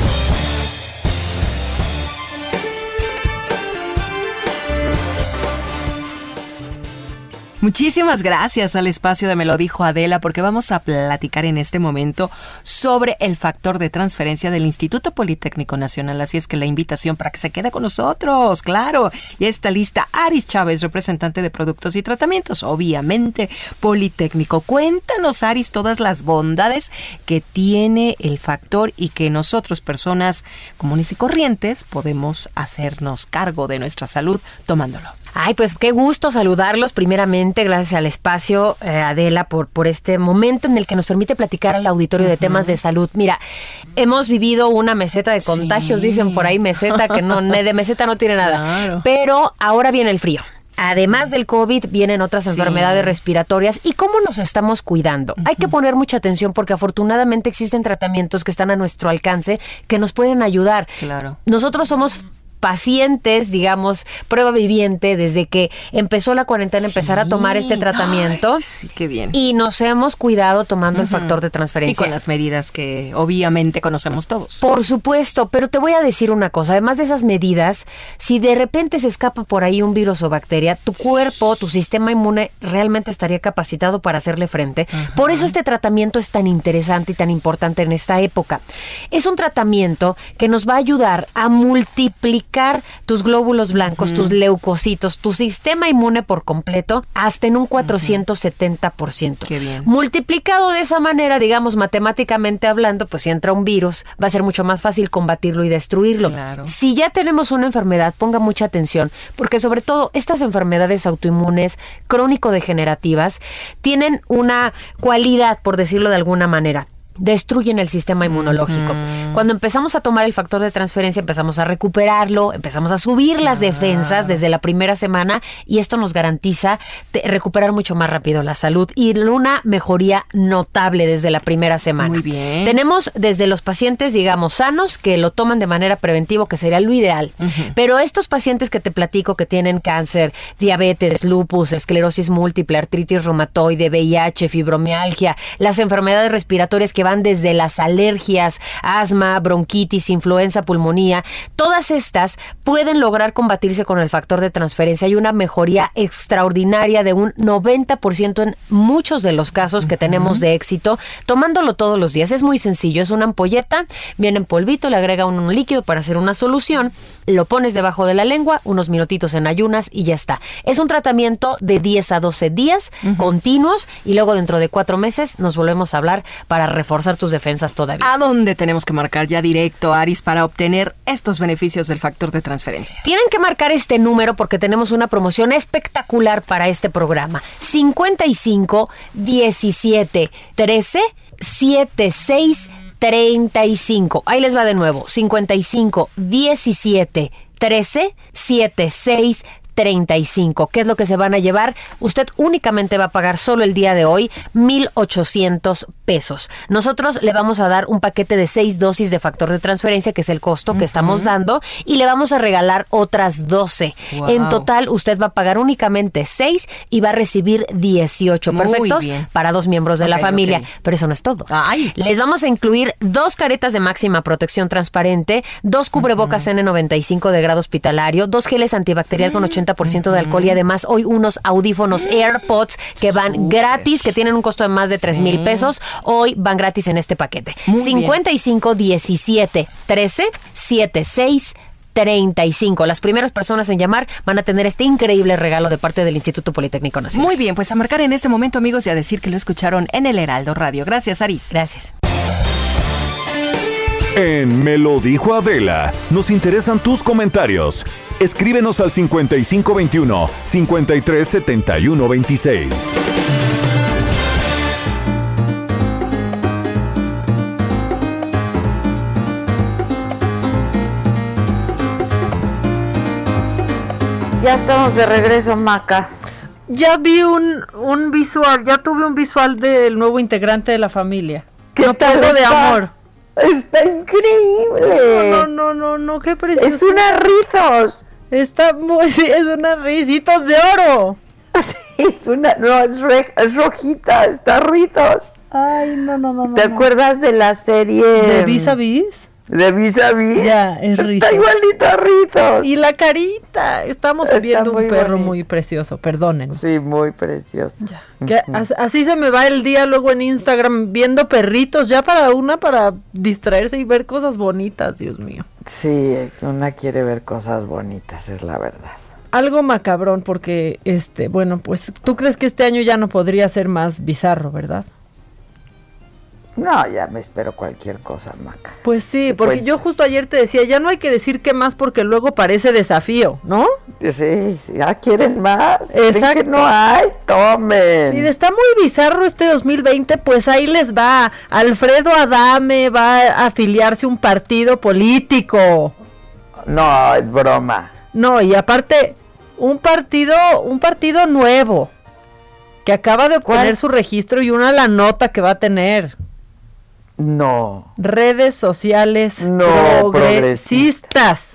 Muchísimas gracias al espacio de Me lo dijo Adela, porque vamos a platicar en este momento sobre el factor de transferencia del Instituto Politécnico Nacional. Así es que la invitación para que se quede con nosotros, claro. Y está lista Aris Chávez, representante de Productos y Tratamientos, obviamente Politécnico. Cuéntanos, Aris, todas las bondades que tiene el factor y que nosotros, personas comunes y corrientes, podemos hacernos cargo de nuestra salud tomándolo. Ay, pues qué gusto saludarlos primeramente, gracias al espacio, eh, Adela, por, por este momento en el que nos permite platicar al auditorio uh-huh. de temas de salud. Mira, hemos vivido una meseta de contagios, sí. Dicen por ahí meseta, que no, de meseta no tiene nada, claro. Pero ahora viene el frío. Además del COVID, vienen otras sí. enfermedades respiratorias. ¿Y cómo nos estamos cuidando? Uh-huh. Hay que poner mucha atención porque afortunadamente existen tratamientos que están a nuestro alcance que nos pueden ayudar. Claro. Nosotros somos pacientes, digamos, prueba viviente, desde que empezó la cuarentena, sí. empezar a tomar este tratamiento. Ay, sí, qué bien. Y nos hemos cuidado tomando uh-huh. el factor de transferencia. Y con las medidas que obviamente conocemos todos. Por supuesto, pero te voy a decir una cosa, además de esas medidas, si de repente se escapa por ahí un virus o bacteria, tu cuerpo, tu sistema inmune realmente estaría capacitado para hacerle frente. Uh-huh. Por eso este tratamiento es tan interesante y tan importante en esta época. Es un tratamiento que nos va a ayudar a multiplicar tus glóbulos blancos, uh-huh. tus leucocitos, tu sistema inmune por completo, hasta en un cuatrocientos setenta por ciento. Qué bien. Multiplicado de esa manera, digamos, matemáticamente hablando, pues si entra un virus, va a ser mucho más fácil combatirlo y destruirlo. Claro. Si ya tenemos una enfermedad, ponga mucha atención, porque sobre todo estas enfermedades autoinmunes, crónico-degenerativas, tienen una cualidad, por decirlo de alguna manera. Destruyen el sistema inmunológico. Mm. Cuando empezamos a tomar el factor de transferencia, empezamos a recuperarlo, empezamos a subir las ah. defensas desde la primera semana y esto nos garantiza te, recuperar mucho más rápido la salud y una mejoría notable desde la primera semana. Muy bien. Tenemos desde los pacientes, digamos, sanos, que lo toman de manera preventiva, que sería lo ideal. Uh-huh. Pero estos pacientes que te platico que tienen cáncer, diabetes, lupus, esclerosis múltiple, artritis reumatoide, V I H, fibromialgia, las enfermedades respiratorias que que van desde las alergias, asma, bronquitis, influenza, pulmonía. Todas estas pueden lograr combatirse con el factor de transferencia. Hay una mejoría extraordinaria de un noventa por ciento en muchos de los casos que uh-huh. tenemos de éxito, tomándolo todos los días. Es muy sencillo, es una ampolleta, viene en polvito, le agrega un, un líquido para hacer una solución, lo pones debajo de la lengua, unos minutitos en ayunas y ya está. Es un tratamiento de diez a doce días uh-huh. continuos y luego dentro de cuatro meses nos volvemos a hablar para reforzar tus defensas todavía. ¿A dónde tenemos que marcar ya directo, Aris, para obtener estos beneficios del factor de transferencia? Tienen que marcar este número porque tenemos una promoción espectacular para este programa. cincuenta y cinco, diecisiete, trece, setenta y seis, treinta y cinco. Ahí les va de nuevo. cincuenta y cinco, diecisiete, trece, setenta y seis, treinta y cinco. ¿Qué es lo que se van a llevar? Usted únicamente va a pagar solo el día de hoy mil ochocientos pesos. Nosotros le vamos a dar un paquete de seis dosis de factor de transferencia, que es el costo uh-huh. que estamos dando, y le vamos a regalar otras doce. Wow. En total, usted va a pagar únicamente seis y va a recibir dieciocho. Muy perfectos bien. Para dos miembros de okay, la familia. Okay. Pero eso no es todo. Ay. Les vamos a incluir dos caretas de máxima protección transparente, dos cubrebocas uh-huh. ene noventa y cinco de grado hospitalario, dos geles antibacterial uh-huh. con ochenta por ciento de alcohol y además hoy unos audífonos AirPods que van Super. gratis, que tienen un costo de más de tres mil sí. pesos. Hoy van gratis en este paquete. Muy cincuenta y cinco, diecisiete, trece, setenta y seis, treinta y cinco. Las primeras personas en llamar van a tener este increíble regalo de parte del Instituto Politécnico Nacional. Muy bien, pues a marcar en este momento, amigos, y a decir que lo escucharon en el Heraldo Radio. Gracias, Aris. Gracias. En Me lo dijo Adela, nos interesan tus comentarios. Escríbenos al cincuenta y cinco veintiuno, cincuenta y tres setenta y uno veintiséis. Ya estamos de regreso, Maca. Ya vi un, un visual, ya tuve un visual del nuevo integrante de la familia. ¿Qué no tal puedo de está? amor. Está increíble. No, no, no, no, qué precioso. Es unas rizos. Está muy, sí, es unas risitos de oro. Es una, no, es, re, es rojita, está rizos. Ay, no, no, no, no. ¿Te no. acuerdas de la serie? ¿De Vis a Vis? De Vis a Vis. Ya, es Rizos. Está igualito a Rizos. Y la carita. Estamos Está viendo un perro bonito. Muy precioso, perdonen. Sí, muy precioso. Ya. Que as, así se me va el día luego en Instagram viendo perritos, ya para una, para distraerse y ver cosas bonitas, Dios mío. Sí, una quiere ver cosas bonitas, es la verdad. Algo macabrón porque, este, bueno, pues, ¿tú crees que este año ya no podría ser más bizarro, verdad? No, ya me espero cualquier cosa, Maca. Pues sí, porque pues, yo justo ayer te decía, ya no hay que decir qué más porque luego parece desafío, ¿no? Sí, sí, ya quieren más. Exacto. Que no hay, tomen. Sí, está muy bizarro este dos mil veinte, pues ahí les va. Alfredo Adame va a afiliarse a un partido político. No, es broma. No, y aparte, un partido, un partido nuevo, que acaba de obtener ¿Cuál? Su registro y una la nota que va a tener. No. Redes sociales no, progresistas.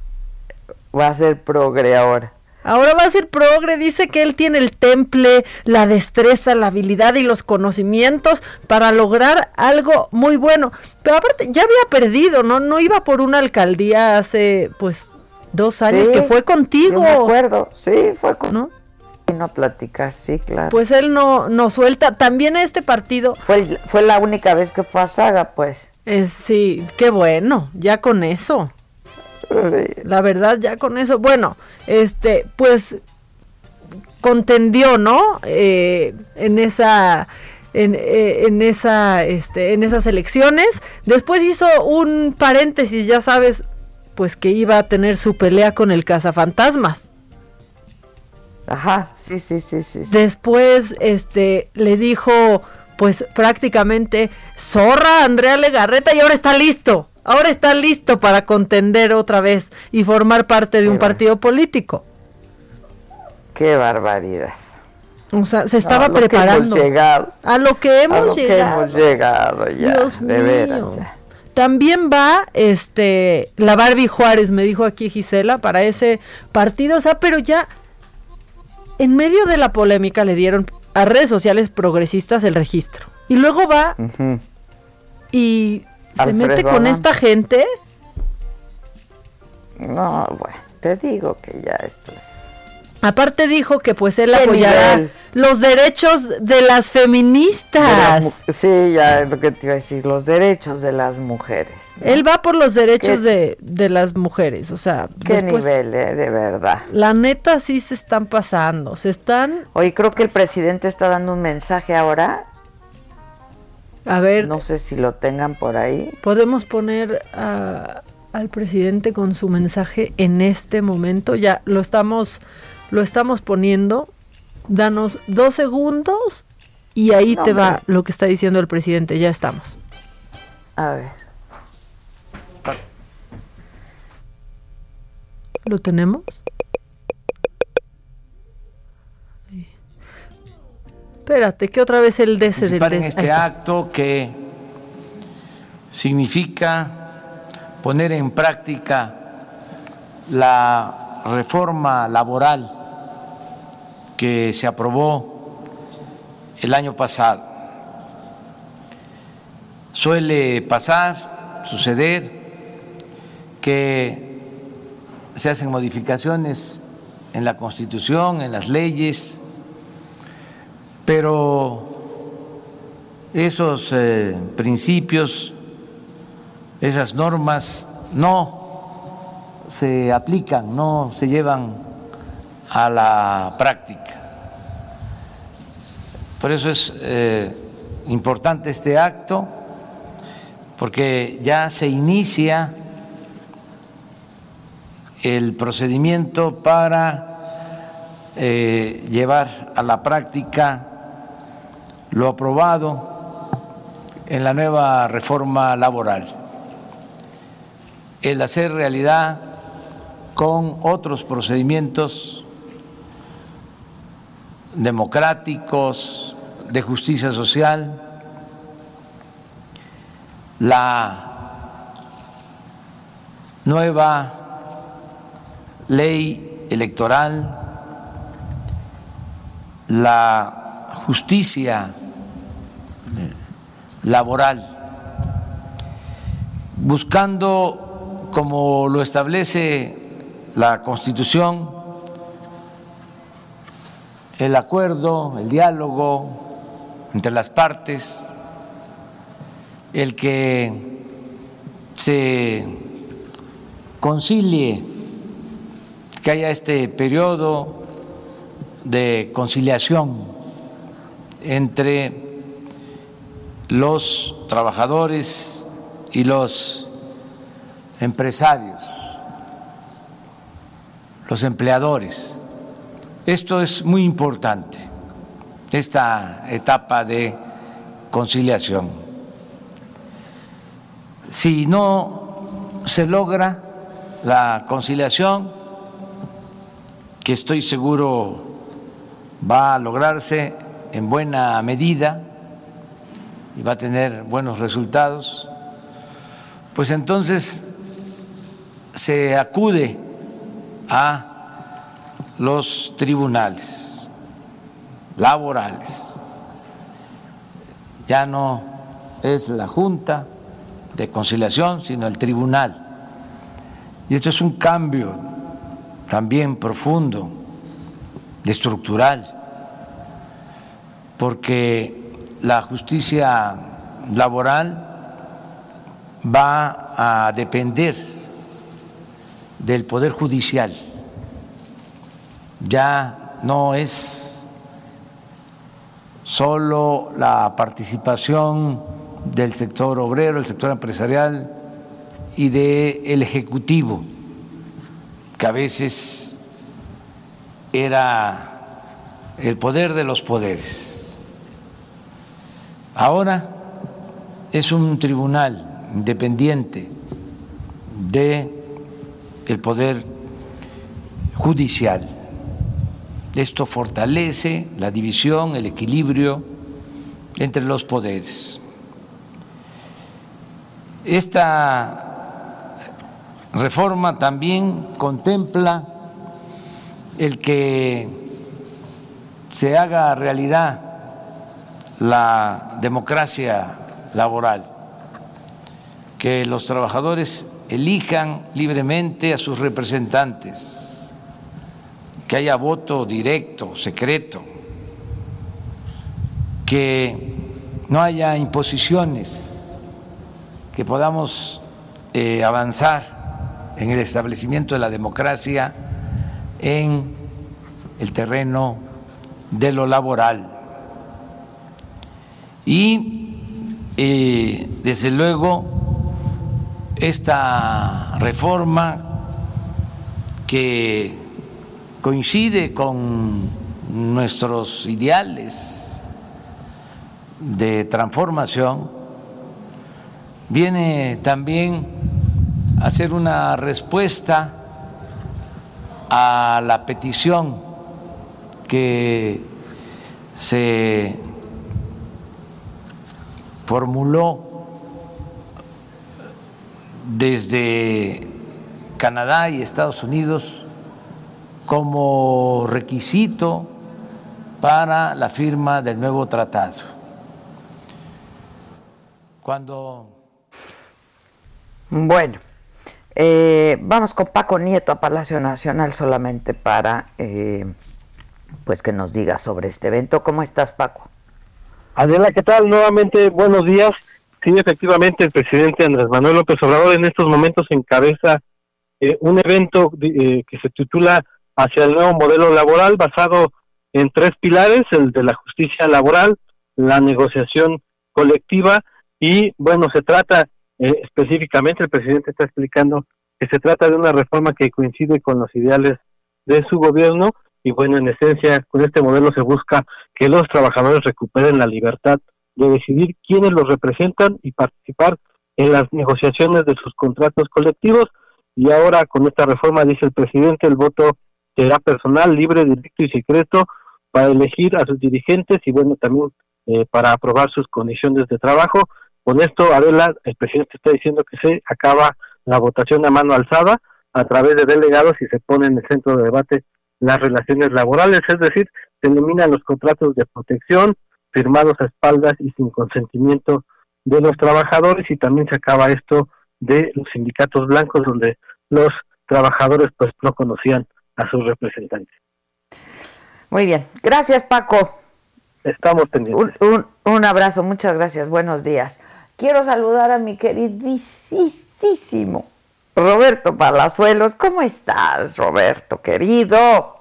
Va a ser progre ahora. Ahora va a ser progre, dice que él tiene el temple, la destreza, la habilidad y los conocimientos para lograr algo muy bueno. Pero aparte, ya había perdido, ¿no? No iba por una alcaldía hace, pues, dos años, sí, que fue contigo. Yo me acuerdo, sí, fue con... ¿no? Vino a platicar, sí, claro. Pues él no, no suelta. También este partido... Fue, fue la única vez que fue a Saga, pues. Es, sí, qué bueno, ya con eso. Sí. La verdad, ya con eso. Bueno, este, pues, contendió, ¿no? Eh, en esa... En, eh, en esa, este, en esas elecciones. Después hizo un paréntesis, ya sabes, pues que iba a tener su pelea con el cazafantasmas. Ajá, sí, sí, sí, sí. Después, este, le dijo, pues, prácticamente, zorra a Andrea Legarreta y ahora está listo. Ahora está listo para contender otra vez y formar parte de Qué un bar... partido político. Qué barbaridad. O sea, se estaba no, preparando. Que hemos llegado. A lo que hemos a lo llegado. Que hemos llegado ya. Dios de mío. veras ya. También va, este, la Barbie Juárez, me dijo aquí Gisela, para ese partido. O sea, pero ya... En medio de la polémica le dieron a redes sociales progresistas el registro. Y luego va uh-huh. y se Alfredo mete con Adame. esta gente. No, bueno, te digo que ya esto es... Aparte dijo que pues él ¿Qué apoyará nivel? los derechos de las de feministas. las mu- sí, ya es lo que te iba a decir, los derechos de las mujeres. ¿no? Él va por los derechos ¿Qué? de, de las mujeres, o sea, Qué después, nivel, eh, de verdad. la neta sí se están pasando, se están... Hoy creo que el presidente está dando un mensaje ahora. A ver, no sé si lo tengan por ahí. podemos poner a, al presidente con su mensaje en este momento, ya lo estamos, lo estamos poniendo, danos dos segundos y ahí No, te va hombre. lo que está diciendo el presidente, ya estamos. A ver. ¿Lo tenemos? Espérate, que otra vez el D S del Participar en D S. Ahí este está. acto que significa poner en práctica la reforma laboral que se aprobó el año pasado. Suele pasar, suceder, que se hacen modificaciones en la Constitución, en las leyes, pero esos eh, principios, esas normas no se aplican, no se llevan a la práctica. Por eso es eh, importante este acto, porque ya se inicia el procedimiento para eh, llevar a la práctica lo aprobado en la nueva reforma laboral, el hacer realidad con otros procedimientos democráticos, de justicia social, la nueva ley electoral, la justicia laboral, buscando, como lo establece la Constitución, el acuerdo, el diálogo entre las partes, el que se concilie, que haya este periodo de conciliación entre los trabajadores y los empresarios, los empleadores. Esto es muy importante, esta etapa de conciliación. Si no se logra la conciliación, que estoy seguro va a lograrse en buena medida y va a tener buenos resultados, pues entonces se acude a los tribunales laborales. Ya no es la Junta de Conciliación, sino el tribunal. Y esto es un cambio también profundo, estructural, porque la justicia laboral va a depender del Poder Judicial. Ya no es solo la participación del sector obrero, el sector empresarial y del Ejecutivo, que a veces era el poder de los poderes. Ahora es un tribunal independiente del Poder Judicial. Esto fortalece la división, el equilibrio entre los poderes. Esta reforma también contempla el que se haga realidad la democracia laboral, que los trabajadores elijan libremente a sus representantes, que haya voto directo, secreto, que no haya imposiciones, que podamos eh, avanzar en el establecimiento de la democracia en el terreno de lo laboral. Y eh, desde luego esta reforma que coincide con nuestros ideales de transformación viene también a ser una respuesta a la petición que se formuló desde Canadá y Estados Unidos como requisito para la firma del nuevo tratado. Cuando Bueno, eh, vamos con Paco Nieto a Palacio Nacional solamente para eh, pues que nos diga sobre este evento. ¿Cómo estás, Paco? Adela, ¿qué tal? Nuevamente, buenos días. Sí, efectivamente, el presidente Andrés Manuel López Obrador en estos momentos encabeza eh, un evento eh, que se titula Hacia el nuevo modelo laboral, basado en tres pilares: el de la justicia laboral, la negociación colectiva y, bueno, se trata eh, específicamente, el presidente está explicando que se trata de una reforma que coincide con los ideales de su gobierno y, bueno, en esencia, con este modelo se busca que los trabajadores recuperen la libertad de decidir quiénes los representan y participar en las negociaciones de sus contratos colectivos. Y ahora, con esta reforma, dice el presidente, el voto será personal, libre, directo y secreto para elegir a sus dirigentes y, bueno, también eh, para aprobar sus condiciones de trabajo. Con esto, Adela, el presidente está diciendo que se acaba la votación a mano alzada a través de delegados y se pone en el centro de debate las relaciones laborales, es decir, se eliminan los contratos de protección firmados a espaldas y sin consentimiento de los trabajadores, y también se acaba esto de los sindicatos blancos donde los trabajadores pues no conocían a sus representantes. Muy bien, gracias, Paco. Estamos pendientes. Un, un, un abrazo, muchas gracias, buenos días. Quiero saludar a mi queridísimo Roberto Palazuelos. ¿Cómo estás, Roberto, querido?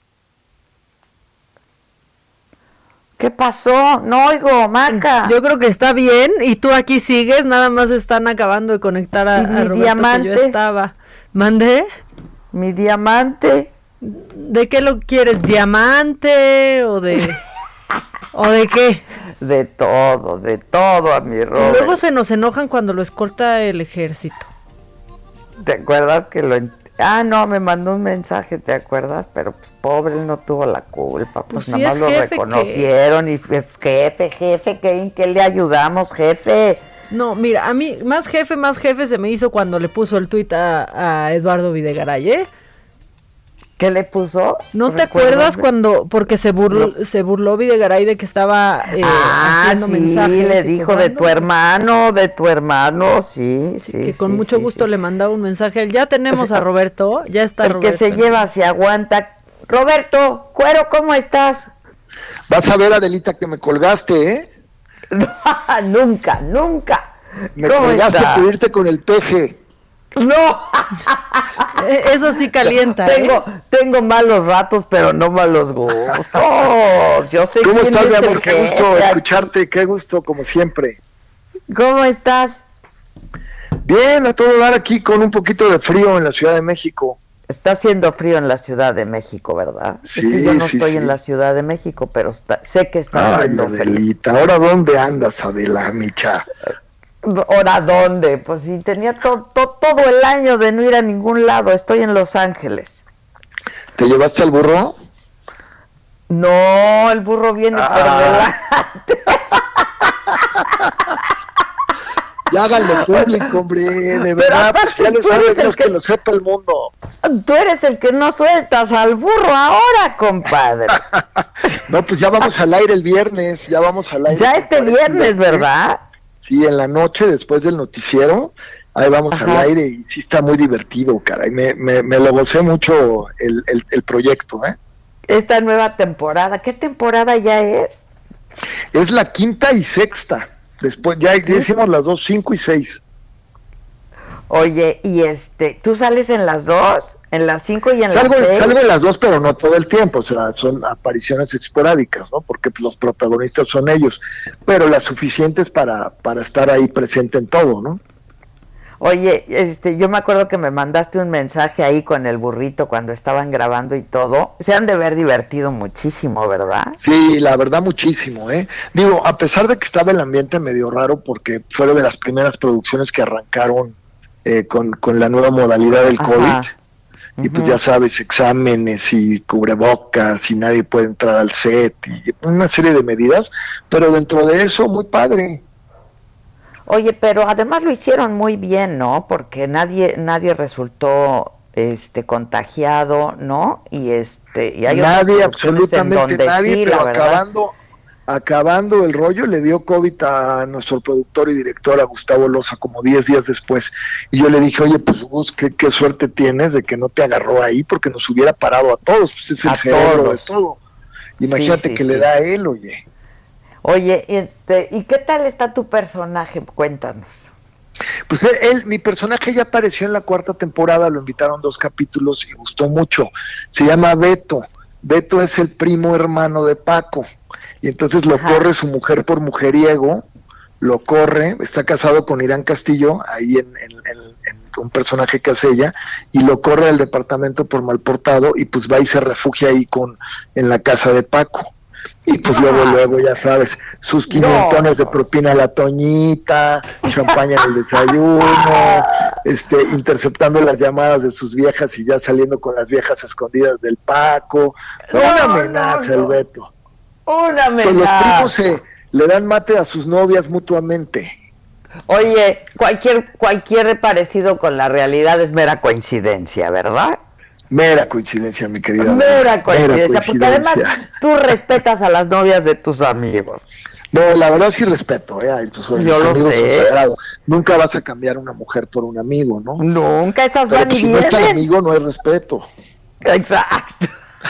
¿Qué pasó? No oigo, Maca. Yo creo que está bien, y tú aquí sigues, nada más están acabando de conectar a, a Roberto, diamante? Que yo estaba. ¿Mandé? Mi diamante. ¿De qué lo quieres? ¿Diamante o de...? ¿O de qué? De todo, de todo, a mi Robert. Y luego se nos enojan cuando lo escolta el ejército. ¿Te acuerdas que lo... Ent- ah, no, me mandó un mensaje, ¿te acuerdas? Pero pues pobre, él no tuvo la culpa, pues, pues nada más lo reconocieron ¿qué? Y pues, jefe, jefe, ¿qué, ¿en qué le ayudamos, jefe? No, mira, a mí más jefe, más jefe se me hizo cuando le puso el tuit a, a Eduardo Videgaray, ¿eh? ¿Qué le puso? ¿No te acuerdas cuando, porque se burló, no. se burló Videgaray de que estaba eh, ah, haciendo sí, mensajes? le dijo de tu hermano, de tu hermano, sí, sí. Que con sí, mucho sí, gusto sí. le mandaba un mensaje. Ya tenemos a Roberto, ya está el Roberto. El que se lleva se aguanta. Roberto, Cuero, ¿cómo estás? Vas a ver, Adelita, que me colgaste, ¿eh? nunca, nunca. Me colgaste por irte con el peje. No, eso sí calienta. Tengo, ¿eh? tengo malos ratos, pero no malos gustos. Yo sé ¿Cómo quién estás, es mi amor? Qué gusto jefe. escucharte, qué gusto, como siempre. ¿Cómo estás? Bien, a todo dar aquí con un poquito de frío en la Ciudad de México. Está haciendo frío en la Ciudad de México, ¿verdad? Sí, es que yo no sí, estoy sí. en la Ciudad de México, pero está, sé que está Ay, haciendo Adelita, frío. ¿ahora dónde andas, Adela, micha? ¿Ahora dónde? Pues sí, tenía to, to, todo el año de no ir a ningún lado. Estoy en Los Ángeles. ¿Te llevaste al burro? No, el burro viene ah. por delante. Ya háganlo público, hombre, de verdad, pues ya lo saben, Dios que... que lo sepa el mundo. Tú eres el que no sueltas al burro ahora, compadre. No, pues ya vamos al aire el viernes, ya vamos al aire. Ya este viernes, ¿verdad? Sí, en la noche, después del noticiero, ahí vamos Ajá. al aire y sí está muy divertido, caray. Me, me, me lo gocé mucho el, el, el proyecto, ¿eh? Esta nueva temporada, ¿qué temporada ya es? Es la quinta y sexta. Después ya, ya hicimos las dos, cinco y seis. Oye, y este, ¿tú sales en las dos? ¿En las cinco y en salgo, las seis? Salgo en las dos, pero no todo el tiempo, o sea, son apariciones esporádicas, ¿no? Porque pues, los protagonistas son ellos, pero las suficientes para, para estar ahí presente en todo, ¿no? Oye, este, yo me acuerdo que me mandaste un mensaje ahí con el burrito cuando estaban grabando y todo. Se han de haber divertido muchísimo, ¿verdad? Sí, la verdad muchísimo, ¿eh? Digo, a pesar de que estaba el ambiente medio raro porque fue de las primeras producciones que arrancaron eh, con, con la nueva modalidad del Ajá. COVID. Y pues uh-huh. ya sabes, exámenes y cubrebocas y nadie puede entrar al set y una serie de medidas, pero dentro de eso muy padre. Oye, pero además lo hicieron muy bien, ¿no? Porque nadie nadie resultó este contagiado, ¿no? Y este y hay nadie, absolutamente nadie, sí, pero acabando acabando el rollo le dio COVID a nuestro productor y director, a Gustavo Loza, como diez días después. Y yo le dije, oye, pues Gus, qué, qué suerte tienes de que no te agarró ahí, porque nos hubiera parado a todos, pues es el a cerebro todos. de todo. Imagínate sí, sí, que sí. le da a él, oye. Oye, este, ¿y qué tal está tu personaje? Cuéntanos. Pues él, él, mi personaje ya apareció en la cuarta temporada, lo invitaron dos capítulos y gustó mucho. Se llama Beto. Beto es el primo hermano de Paco. Y entonces lo Ajá. corre su mujer por mujeriego, lo corre, está casado con Irán Castillo, ahí en, en, en, en un personaje que hace ella, y lo corre al departamento por mal portado, y pues va y se refugia ahí con en la casa de Paco. Y pues luego, luego, ya sabes, sus quinientones no. de propina a la Toñita, champaña en el desayuno, este, interceptando las llamadas de sus viejas y ya saliendo con las viejas escondidas del Paco. No, una amenaza no, no. el Beto. Una amenaza. Pues los primos se le dan mate a sus novias mutuamente. Oye, cualquier cualquier parecido con la realidad es mera coincidencia, ¿verdad? Mera coincidencia, mi querida. Mera coincidencia, mera coincidencia, porque además tú respetas a las novias de tus amigos. No, la verdad sí respeto, ¿eh? Ay, pues, Yo lo amigos sé. Son sagrados. Nunca vas a cambiar una mujer por un amigo, ¿no? Nunca, esas Pero van pues, y si vienen. no es tan amigo, no hay respeto. Exacto.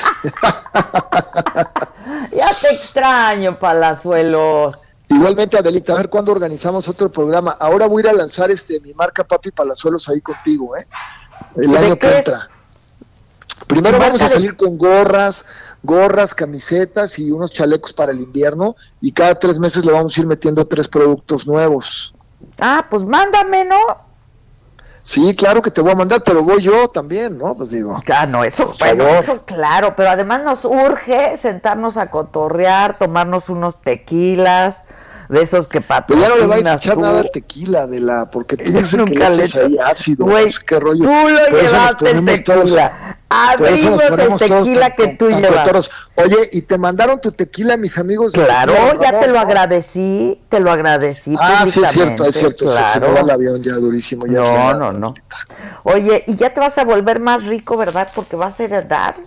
Ya te extraño, Palazuelos. Igualmente, Adelita, a ver cuándo organizamos otro programa. Ahora voy a ir a lanzar este mi marca Papi Palazuelos ahí contigo, ¿eh? El año que entra. Primero vamos a salir con gorras, gorras, camisetas y unos chalecos para el invierno, y cada tres meses le vamos a ir metiendo tres productos nuevos. Ah, pues mándame, ¿no? Sí, claro que te voy a mandar, pero voy yo también, ¿no? Pues digo. Ah, no, eso, bueno, eso claro, pero además nos urge sentarnos a cotorrear, tomarnos unos tequilas, de esos que patrocinas. Pero ya no le vais a echar tú. nada al tequila, de la, porque tú dices que le echas ahí ácido, wey, no sé qué rollo. Tú lo por llevaste el tequila. Todos, abrimos el tequila que tú llevas. Oye, ¿y te mandaron tu tequila mis amigos? Claro, tequila, ya te lo agradecí, te lo agradecí. Ah, sí, es cierto, es cierto. Claro. Se me va el avión ya durísimo. Ya no, no, no. Oye, y ya te vas a volver más rico, ¿verdad? Porque vas a heredar.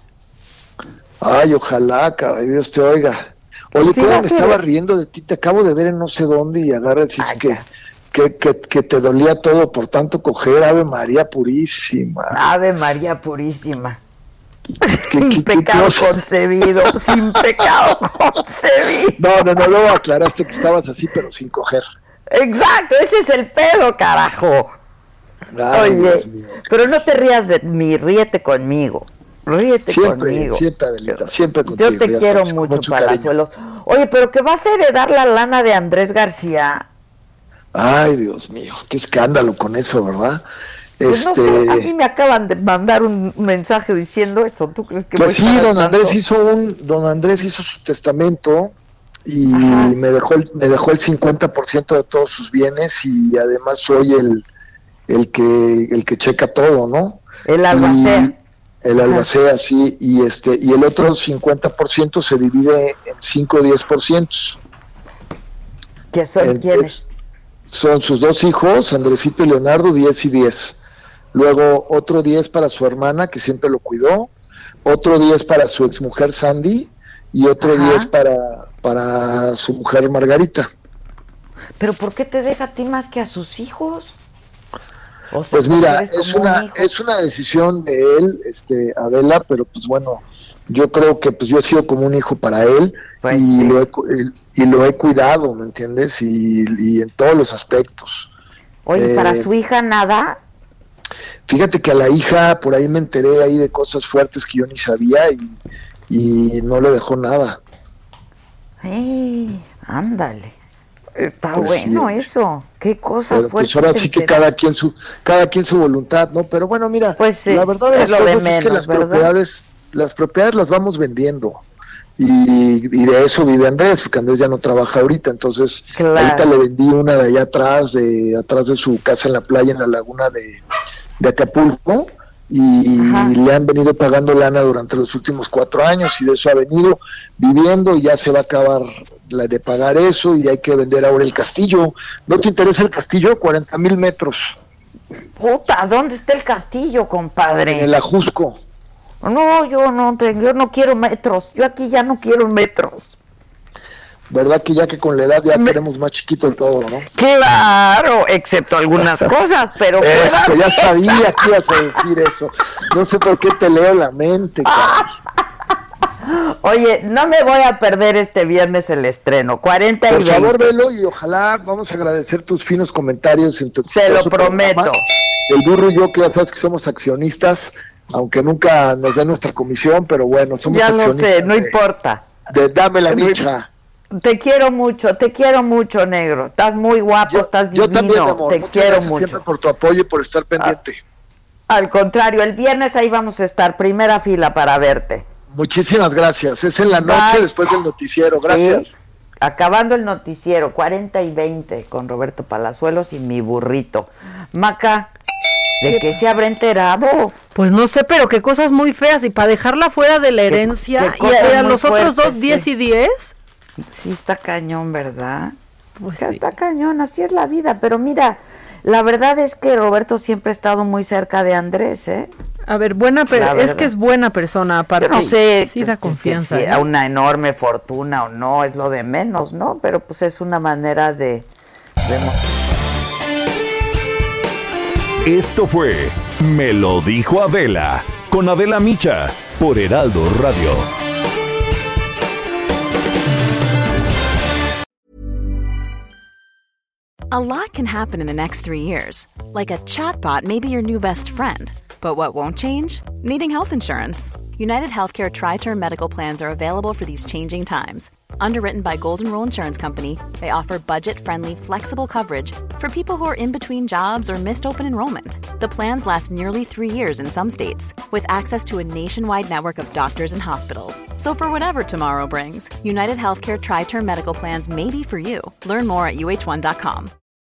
Ay, ojalá, caray, Dios te oiga. Oye, sí, ¿cómo me estaba riendo de ti? Te acabo de ver en no sé dónde y agarras y que, que, que, que te dolía todo por tanto coger. Ave María Purísima. Ave María Purísima. Sin pecado concebido, sin pecado concebido. No, no, no, luego aclaraste que estabas así, pero sin coger. Exacto, ese es el pedo, carajo. Ay, oye, pero no te rías de mí, ríete conmigo. Ríete siempre, conmigo. Siempre, Adelita, siempre contigo. Yo te quiero sabes, mucho, mucho Palazuelos. Oye, pero que vas a heredar la lana de Andrés García. Ay, Dios mío, qué escándalo con eso, ¿verdad? Pues este... no sé, a mí me acaban de mandar un mensaje diciendo eso. ¿Tú crees que pues sí, don Andrés hizo un, don Andrés hizo su testamento y Ajá. me dejó el, me dejó el cincuenta por ciento de todos sus bienes y además soy el, el que, el que checa todo, ¿no? El albacea. Y, el albacea, sí, y este y el otro cincuenta por ciento se divide en cinco o diez por ciento. ¿Qué son quiénes? Son sus dos hijos, Andresito y Leonardo, diez y diez. Luego otro diez para su hermana, que siempre lo cuidó, otro diez para su exmujer Sandy, y otro diez para, para su mujer Margarita. ¿Pero por qué te deja a ti más que a sus hijos? O sea, pues mira, es una un es una decisión de él, este, Adela, pero pues bueno, yo creo que pues yo he sido como un hijo para él, pues y, sí. lo he, y lo he cuidado, ¿me entiendes? Y, y en todos los aspectos. Oye, eh, ¿para su hija nada? Fíjate que a la hija, por ahí me enteré ahí de cosas fuertes que yo ni sabía y, y no le dejó nada. ¡Ey! Ándale. Está pues bueno sí, eso, qué cosas pero fuertes. Pues ahora sí que cada quien su cada quien su voluntad, ¿no? Pero bueno, mira, pues sí, la verdad de las cosas de menos, es que las ¿verdad? propiedades las propiedades las vamos vendiendo y, y de eso vive Andrés, porque Andrés ya no trabaja ahorita, entonces claro. ahorita le vendí una de allá atrás, de atrás de su casa en la playa, en la laguna de, de Acapulco, y Ajá. le han venido pagando lana durante los últimos cuatro años y de eso ha venido viviendo y ya se va a acabar la de pagar eso y hay que vender ahora el castillo. ¿No te interesa el castillo? cuarenta mil metros. Puta, ¿dónde está el castillo, compadre? En el Ajusco. No, yo no, yo no quiero metros, yo aquí ya no quiero metros. ¿Verdad que ya que con la edad ya Me... queremos más chiquito todo, no? Claro, excepto algunas cosas, pero... Eso, ya sabía que ibas a decir eso. No sé por qué te leo la mente, cara. Oye, no me voy a perder este viernes el estreno, cuarenta y veinte. Por favor, velo y ojalá vamos a agradecer tus finos comentarios en tu Te lo prometo. Programa. El Burro y yo, que ya sabes que somos accionistas, aunque nunca nos den nuestra comisión, pero bueno, somos ya accionistas. Ya lo sé, no de, importa. De Dame la Micha. Te quiero mucho, te quiero mucho, negro. Estás muy guapo, yo, estás yo divino. También, amor. Te Muchas quiero gracias mucho. Siempre por tu apoyo y por estar pendiente. Ah, al contrario, el viernes ahí vamos a estar, primera fila para verte. Muchísimas gracias. Es en la noche Bye. Después del noticiero. Gracias. Sí. Acabando el noticiero, cuarenta y veinte con Roberto Palazuelos y mi burrito. Maca, ¿de qué se habrá enterado? Pues no sé, pero qué cosas muy feas. Y para dejarla fuera de la herencia, ¿Qué, qué y a los fuertes, otros dos, diez sí. y diez. Sí, está cañón, ¿verdad? Pues sí. Está cañón, así es la vida. Pero mira, la verdad es que Roberto siempre ha estado muy cerca de Andrés, ¿eh? A ver, buena per- es que es buena persona, aparte. Yo no sé, sí da confianza. Si, si, ¿eh? a una enorme fortuna o no, es lo de menos, ¿no? Pero pues es una manera de... de... Esto fue Me lo dijo Adela, con Adela Micha, por Heraldo Radio. A lot can happen in the next three years. Like a chatbot may be your new best friend. But what won't change? Needing health insurance. United Healthcare Tri-Term Medical Plans are available for these changing times. Underwritten by Golden Rule Insurance Company, they offer budget-friendly, flexible coverage for people who are in between jobs or missed open enrollment. The plans last nearly three years in some states, with access to a nationwide network of doctors and hospitals. So for whatever tomorrow brings, United Healthcare Tri-Term Medical Plans may be for you. Learn more at U H one dot com.